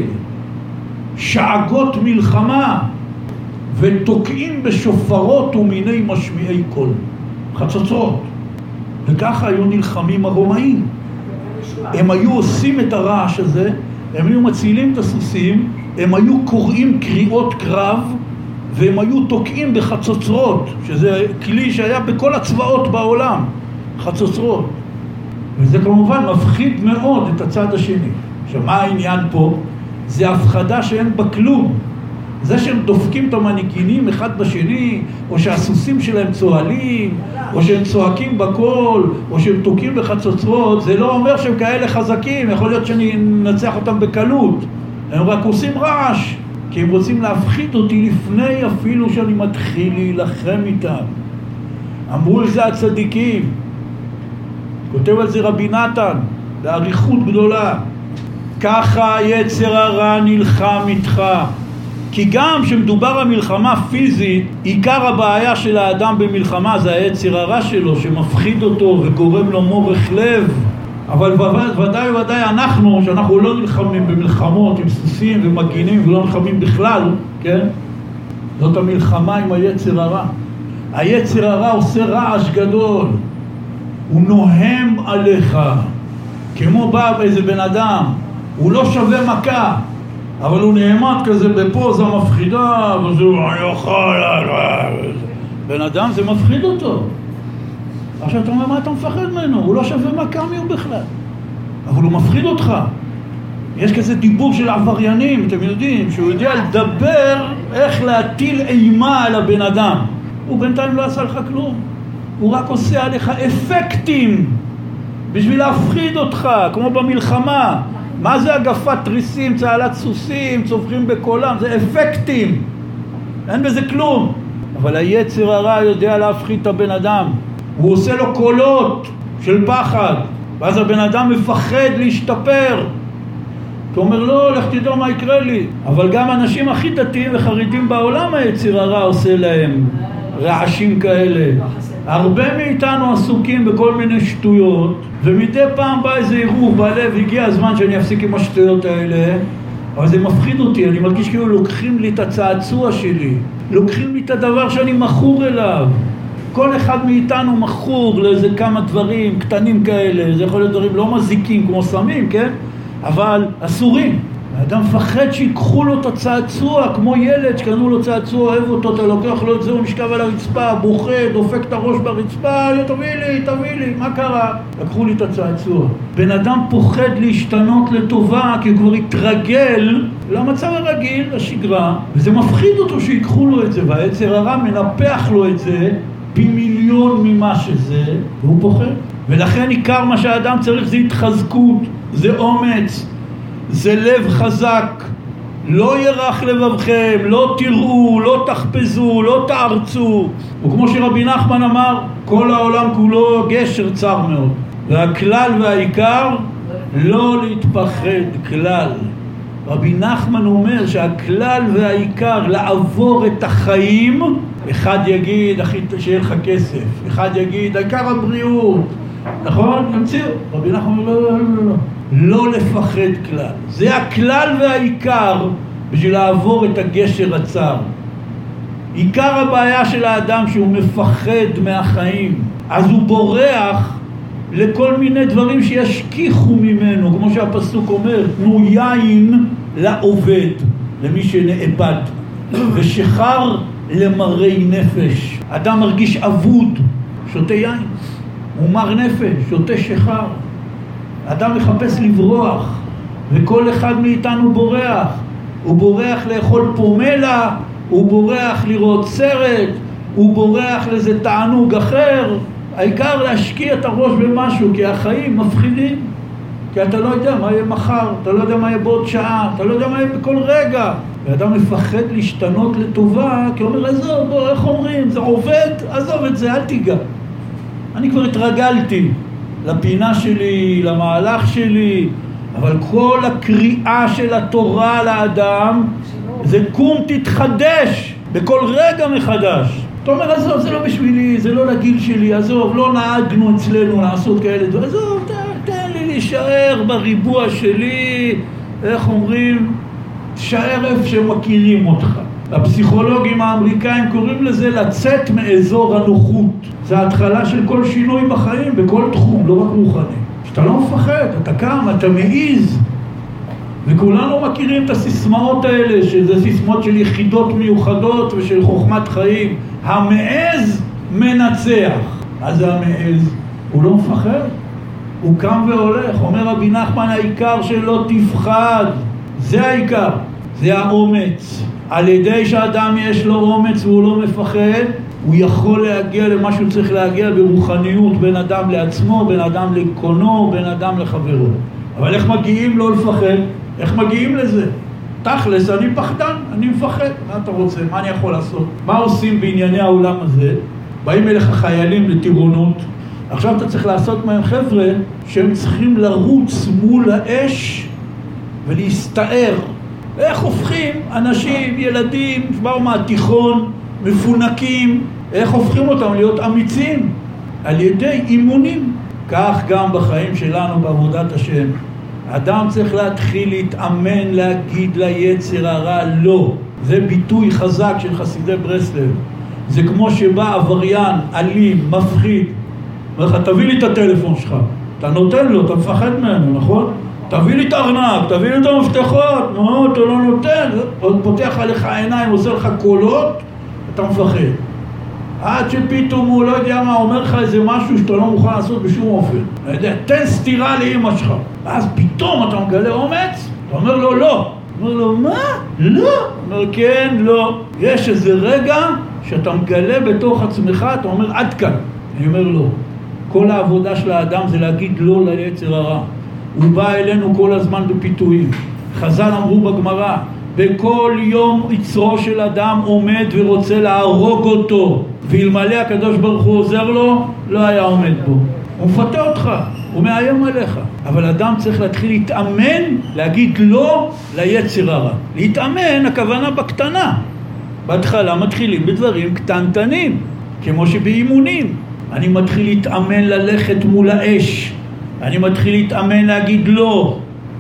שאגות מלחמה, ותוקעים בשופרות ומיני משמיעי קול, חצוצרות. וככה היו נלחמים הרומאים. הם היו עושים את הרעש הזה, הם היו מצילים את הסוסים, הם היו קוראים קריאות קרב, והם היו תוקעים בחצוצרות, שזה כלי שהיה בכל הצבאות בעולם, חצוצרות. וזה כמובן מפחיד מאוד את הצד השני. עכשיו, מה העניין פה? זה הפחדה שאין בה כלום. זה שהם דופקים את המנגינים אחד בשני, או שהסוסים שלהם צועלים, או שהם צועקים בקול, או שהם תוקעים בחצוצרות, זה לא אומר שהם כאלה חזקים, יכול להיות שאני אנצח אותם בקלות. הם רק עושים רעש, כי הם רוצים להפחיד אותי לפני אפילו שאני מתחיל להילחם איתם. אמרו על זה הצדיקים, כותב על זה רבי נתן, באריכות גדולה, ככה יצר הרע נלחם איתך. כי גם שמדובר על מלחמה פיזית, עיקר הבעיה של האדם במלחמה זה היצר הרע שלו, שמפחיד אותו וגורם לו מורך לב. אבל ודאי ודאי אנחנו, שאנחנו לא נלחמים במלחמות עם סוסים ומגינים ולא נלחמים בכלל, כן? זאת המלחמה עם היצר הרע. היצר הרע עושה רעש גדול. הוא נוהם עליך. כמו בא באיזה בן אדם, הוא לא שווה מכה, אבל הוא נעמד כזה בפוזה מפחידה, וזה יוכל, בן אדם זה מפחיד אותו. עכשיו אתה אומר, מה אתה מפחד ממנו? הוא לא שווה מכה מי הוא בכלל, אבל הוא מפחיד אותך. יש כזה דיבור של עבריינים, אתם יודעים, שהוא יודע לדבר איך להטיל אימה על הבן אדם. הוא בינתיים לא עשה לך כלום, הוא רק עושה עליך אפקטים בשביל להפחיד אותך, כמו במלחמה. מה זה אגפת תריסים, צהלת סוסים, צווחים בקולם? זה אפקטים, אין בזה כלום. אבל היצר הרע יודע להפחיד את הבן אדם, הוא עושה לו קולות של פחד, ואז הבן אדם מפחד להשתפר. אתה אומר, לא, לך תדעו מה יקרה לי. אבל גם אנשים הכי דתיים וחרידים בעולם, היצר הרע עושה להם רעשים כאלה. הרבה מאיתנו עסוקים בכל מיני שטויות, ומדי פעם בא איזה עירוב בלב, הגיע הזמן שאני אפסיק עם השטויות האלה, אבל זה מפחיד אותי, אני מרגיש כאילו לוקחים לי את הצעצוע שלי, לוקחים לי את הדבר שאני מכור אליו. כל אחד מאיתנו מכור לאיזה כמה דברים קטנים כאלה, זה יכול להיות דברים לא מזיקים כמו סמים, כן? אבל אסורים. האדם מפחד שיקחו לו את הצעצוע, כמו ילד שקנו לו צעצוע, אוהב אותו, אתה לוקח לו את זה, הוא משכב על הרצפה, בוכה, דופק את הראש ברצפה, תביא לי, תביא לי, מה קרה? לקחו לי את הצעצוע. בן אדם פוחד להשתנות לטובה, כי הוא כבר התרגל למצב הרגיל, לשגרה, וזה מפחיד אותו שיקחו לו את זה, והיצר הרע מנפח לו את זה פי מיליון ממה שזה, והוא פוחד. ולכן עיקר מה שהאדם צריך זה התחזקות, זה אומץ, זה לב חזק. לא ירח לבבכם, לא תראו, לא תחפזו, לא תארצו. וכמו שרבי נחמן אמר, כל העולם כולו גשר צר מאוד, והכלל והעיקר לא להתפחד כלל. רבי נחמן אומר שהכלל והעיקר לעבור את החיים, אחד יגיד אחי שיהיה לך כסף, אחד יגיד העיקר הבריאות, נכון? ימציאו. רבי נחמן אומר לא לא לא לא לא לפחד כלל. זה הכלל והעיקר בשביל לעבור את הגשר הצר. עיקר הבעיה של האדם שהוא מפחד מהחיים, אז הוא בורח לכל מיני דברים שישכיחו ממנו, כמו שהפסוק אומר, תנו יין לעובד, למי שנאבד, ושחר למרי נפש. אדם מרגיש אבוד, שותה יין, הוא מר נפש, שותה שחר. אדם מחפש לברוח, וכל אחד מאיתנו בורח. הוא בורח לאכול פומלה, הוא בורח לראות סרט, הוא בורח לאיזה תענוג אחר. העיקר להשקיע את הראש במשהו, כי החיים מפחידים. כי אתה לא יודע מה יהיה מחר, אתה לא יודע מה יהיה בעוד שעה, אתה לא יודע מה יהיה בכל רגע. ואדם מפחד להשתנות לטובה, כי הוא אומר, עזוב, בוא, איך אומרים, זה עובד, עזוב את זה, אל תיגע. אני כבר התרגלתי לפינה שלי, למהלך שלי, אבל כל הקריאה של התורה לאדם, זה קום תתחדש, בכל רגע מחדש. אתה אומר, עזוב, זה לא בשבילי, זה לא לגיל שלי, עזוב, לא נהגנו אצלנו לעשות כאלה, עזוב, תן לי להישאר בריבוע שלי, איך אומרים, תשאר איפה שמכירים אותך. הפסיכולוגים האמריקאים קוראים לזה לצאת מאזור הנוחות. זה ההתחלה של כל שינוי בחיים, בכל תחום, לא רק רוחני. שאתה לא מפחד, אתה קם, אתה מעיז. וכולנו מכירים את הסיסמאות האלה, שזה סיסמאות של יחידות מיוחדות ושל חוכמת חיים. המעז מנצח. אז זה המעז, הוא לא מפחד. הוא קם והולך, אומר רבי נחמן, העיקר שלא תפחד. זה העיקר, זה האומץ. על ידי שאדם יש לו אומץ והוא לא מפחד, הוא יכול להגיע למה שהוא צריך להגיע ברוחניות, בין אדם לעצמו, בין אדם לקונו, בין אדם לחברו. אבל איך מגיעים לא לפחד? איך מגיעים לזה? תכלס, אני פחדן, אני מפחד. מה אתה רוצה? מה אני יכול לעשות? מה עושים בענייני העולם הזה? באים אליך חיילים לטירונות. עכשיו אתה צריך לעשות מהם חבר'ה שהם צריכים לרוץ מול האש ולהסתער. איך הופכים אנשים, ילדים, שבאו מהתיכון, מפונקים, איך הופכים אותם להיות אמיצים? על ידי אימונים. כך גם בחיים שלנו בעבודת השם. אדם צריך להתחיל להתאמן, להגיד ליצר הרע לא. זה ביטוי חזק של חסידי ברסלב. זה כמו שבא עבריין, אלים, מפחיד. אומר לך, תביא לי את הטלפון שלך. אתה נותן לו, אתה מפחד ממנו, נכון? תביא לי את הארנק, תביא לי את המפתחות. נו, אתה לא נותן. עוד פותח עליך העיניים, עושה לך קולות, אתה מפחד. עד שפתאום הוא לא יודע מה, אומר לך איזה משהו שאתה לא מוכן לעשות בשום אופן. לא יודע, תן סתירה לאמא שלך. ואז פתאום אתה מגלה אומץ, אתה אומר לו לא. אומר לו, מה? לא. אומר, כן, לא. יש איזה רגע שאתה מגלה בתוך עצמך, אתה אומר, עד כאן. אני אומר לא. כל העבודה של האדם זה להגיד לא ליצר הרע. הוא בא אלינו כל הזמן בפיתויים. חז"ל אמרו בגמרא, בכל יום יצרו של אדם עומד ורוצה להרוג אותו, ואלמלא הקדוש ברוך הוא עוזר לו, לא היה עומד בו. הוא מפתה אותך, הוא מאיים עליך. אבל אדם צריך להתחיל להתאמן, להגיד לא ליצר הרע. להתאמן, הכוונה בקטנה. בהתחלה מתחילים בדברים קטנטנים, כמו שבאימונים. אני מתחיל להתאמן ללכת מול האש. אני מתחיל להתאמן להגיד לא.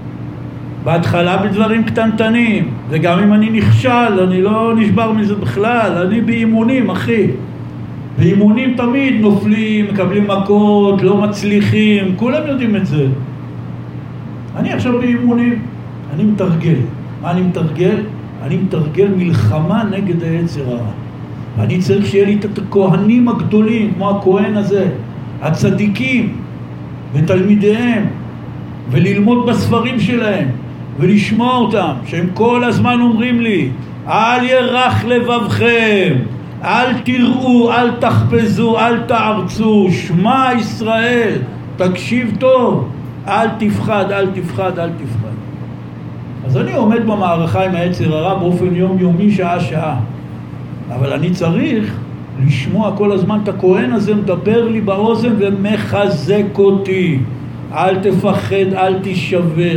בהתחלה בדברים קטנטנים, וגם אם אני נכשל, אני לא נשבר מזה בכלל, אני באימונים, אחי. באימונים תמיד נופלים, מקבלים מכות, לא מצליחים, כולם יודעים את זה. אני עכשיו באימונים, אני מתרגל. מה אני מתרגל? אני מתרגל מלחמה נגד היצר הרע. ואני צריך שיהיה לי את הכהנים הגדולים, כמו הכהן הזה, הצדיקים ותלמידיהם, וללמוד בספרים שלהם. ולשמוע אותם, שהם כל הזמן אומרים לי, אל ירח לבבכם, אל תראו, אל תחפזו, אל תערצו, שמע ישראל, תקשיב טוב, אל תפחד, אל תפחד, אל תפחד. אז אני עומד במערכה עם היצר הרע באופן יומיומי, שעה שעה. אבל אני צריך לשמוע כל הזמן את הכהן הזה מדבר לי באוזן ומחזק אותי. אל תפחד, אל תישבר.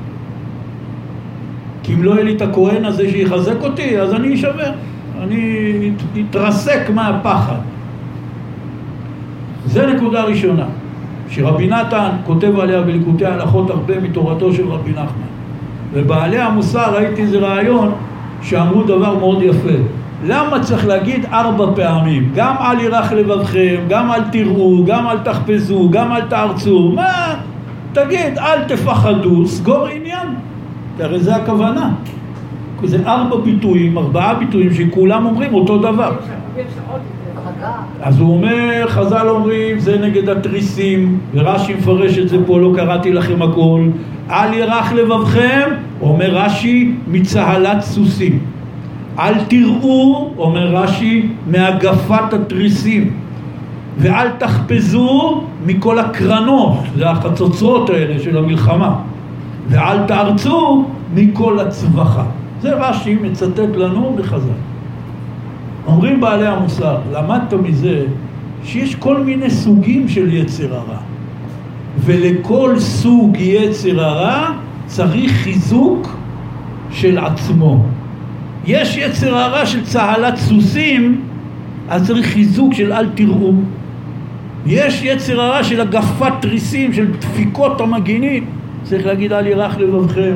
כי אם לא יהיה לי את הכהן הזה שיחזק אותי, אז אני אשבר. אני אתרסק מהפחד. זה נקודה ראשונה, שרבי נתן כותב עליה בליקוטי ההלכות הרבה מתורתו של רבי נחמן. ובעלי המוסר ראיתי איזה רעיון שאמרו דבר מאוד יפה. למה צריך להגיד ארבע פעמים? גם אל ירח לבבכם, גם אל תראו, גם אל תחפזו, גם אל תערצו. מה? תגיד, אל תפחדו, סגור עניין. הרי זה הכוונה. זה ארבע ביטויים, ארבעה ביטויים שכולם אומרים אותו דבר. אז הוא אומר, חז"ל אומרים, זה נגד התריסים, ורש"י מפרש את זה פה, לא קראתי לכם הכל. אל ירח לבבכם, אומר רש"י, מצהלת סוסים. אל תראו, אומר רש"י, מהגפת התריסים. ואל תחפזו מכל הקרנות, זה החצוצרות האלה של המלחמה. ואל תארצו מכל הצבחה. זה רש"י מצטט לנו בחז"ל. אומרים בעלי המוסר, למדת מזה שיש כל מיני סוגים של יצר הרע. ולכל סוג יצר הרע צריך חיזוק של עצמו. יש יצר הרע של צהלת סוסים, אז צריך חיזוק של אל תראו. יש יצר הרע של הגפת תריסים, של דפיקות המגינים, צריך להגיד אל ירח לבבכם.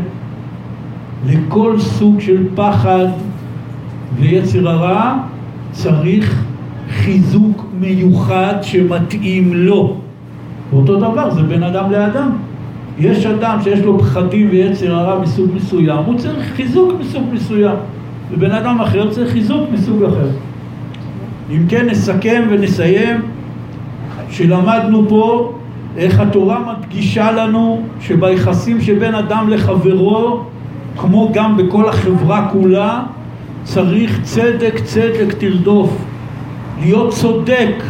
לכל סוג של פחד ויצר הרע צריך חיזוק מיוחד שמתאים לו. ואותו דבר זה בין אדם לאדם. יש אדם שיש לו פחדים ויצר הרע מסוג מסוים, הוא צריך חיזוק מסוג מסוים, ובן אדם אחר צריך חיזוק מסוג אחר. אם כן נסכם ונסיים שלמדנו פה איך התורה מדגישה לנו שביחסים שבין אדם לחברו, כמו גם בכל החברה כולה, צריך צדק צדק תרדוף, להיות צודק.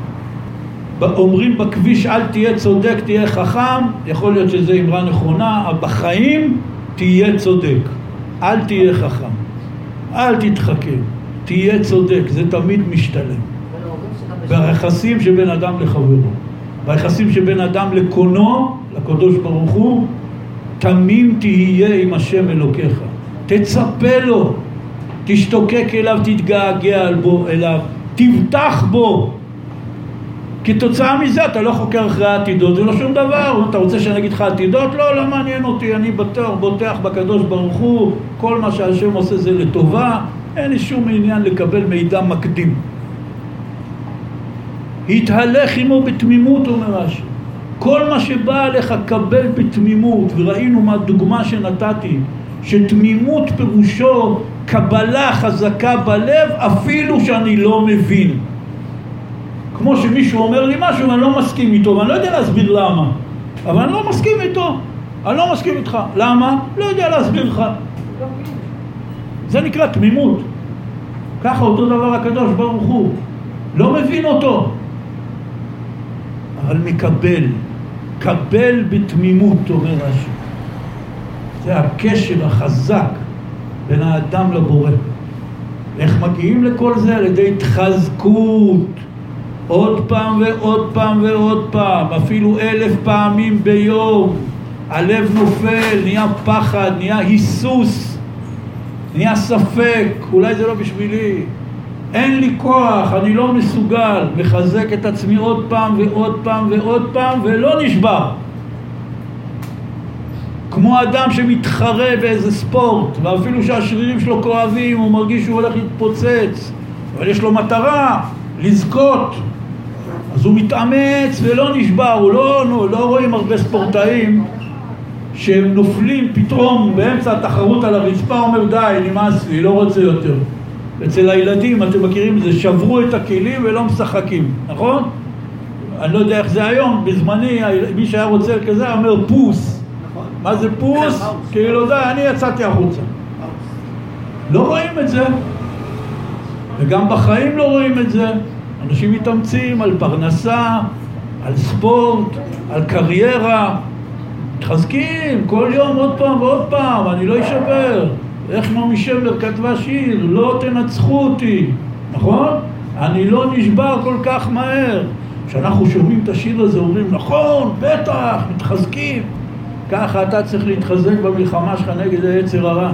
אומרים בכביש אל תהיה צודק תהיה חכם, יכול להיות שזה אמרה נכונה, אבל בחיים תהיה צודק, אל תהיה חכם, אל תתחכם, תהיה צודק, זה תמיד משתלם. ביחסים שבין אדם לחברו, ביחסים שבין אדם לקונו, לקדוש ברוך הוא, תמים תהיה עם השם אלוקיך, תצפה לו, תשתוקק אליו, תתגעגע אליו, תבטח בו. כתוצאה מזה אתה לא חוקר אחרי העתידות, זה לא שום דבר. אתה רוצה שאני אגיד לך עתידות? לא, לא מעניין אותי, אני בטח, בוטח בקדוש ברוך הוא, כל מה שהשם עושה זה לטובה, אין לי שום עניין לקבל מידע מקדים. התהלך עמו בתמימות, אומר רש"י. כל מה שבא עליך קבל בתמימות, וראינו מה דוגמה שנתתי, שתמימות פירושו קבלה חזקה בלב אפילו שאני לא מבין. כמו שמישהו אומר לי משהו ואני לא מסכים איתו, ואני לא יודע להסביר למה, אבל אני לא מסכים איתו, אני לא מסכים איתך. למה? לא יודע להסביר לך. זה נקרא תמימות. ככה אותו דבר הקדוש ברוך הוא, לא מבין אותו, אבל מקבל, קבל בתמימות, אומר רש"י. זה הקשר החזק בין האדם לבורא. איך מגיעים לכל זה? על ידי התחזקות, עוד פעם ועוד פעם ועוד פעם, אפילו אלף פעמים ביום. הלב נופל, נהיה פחד, נהיה היסוס, נהיה ספק, אולי זה לא בשבילי, אין לי כוח, אני לא מסוגל. מחזק את עצמי עוד פעם ועוד פעם ועוד פעם ולא נשבר. כמו אדם שמתחרה באיזה ספורט, ואפילו שהשרירים שלו כואבים, הוא מרגיש שהוא הולך להתפוצץ, אבל יש לו מטרה, לזכות. אז הוא מתאמץ ולא נשבר. הוא לא, לא, לא רואים הרבה ספורטאים שהם נופלים פתאום באמצע התחרות על הרצפה, אומר די, נמאס לי, לא רוצה יותר. אצל הילדים, אתם מכירים את זה, שברו את הכלים ולא משחקים, נכון? אני לא יודע איך זה היום, בזמני מי שהיה רוצה כזה אומר פוס. מה זה פוס? כאילו די, אני יצאתי החוצה. לא רואים את זה, וגם בחיים לא רואים את זה. אנשים מתאמצים על פרנסה, על ספורט, על קריירה, מתחזקים כל יום עוד פעם ועוד פעם, אני לא אשבר. איך נעמי שמר כתבה שיר, לא תנצחו אותי, נכון? אני לא נשבר כל כך מהר. כשאנחנו שומעים את השיר הזה אומרים נכון, בטח, מתחזקים. ככה אתה צריך להתחזק במלחמה שלך נגד היצר הרע.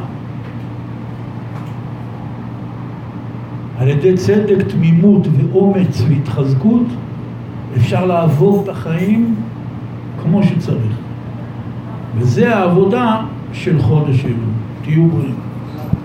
על ידי צדק, תמימות ואומץ והתחזקות אפשר לעבור את החיים כמו שצריך. וזה העבודה של חודש אלול. תהיו בריאים.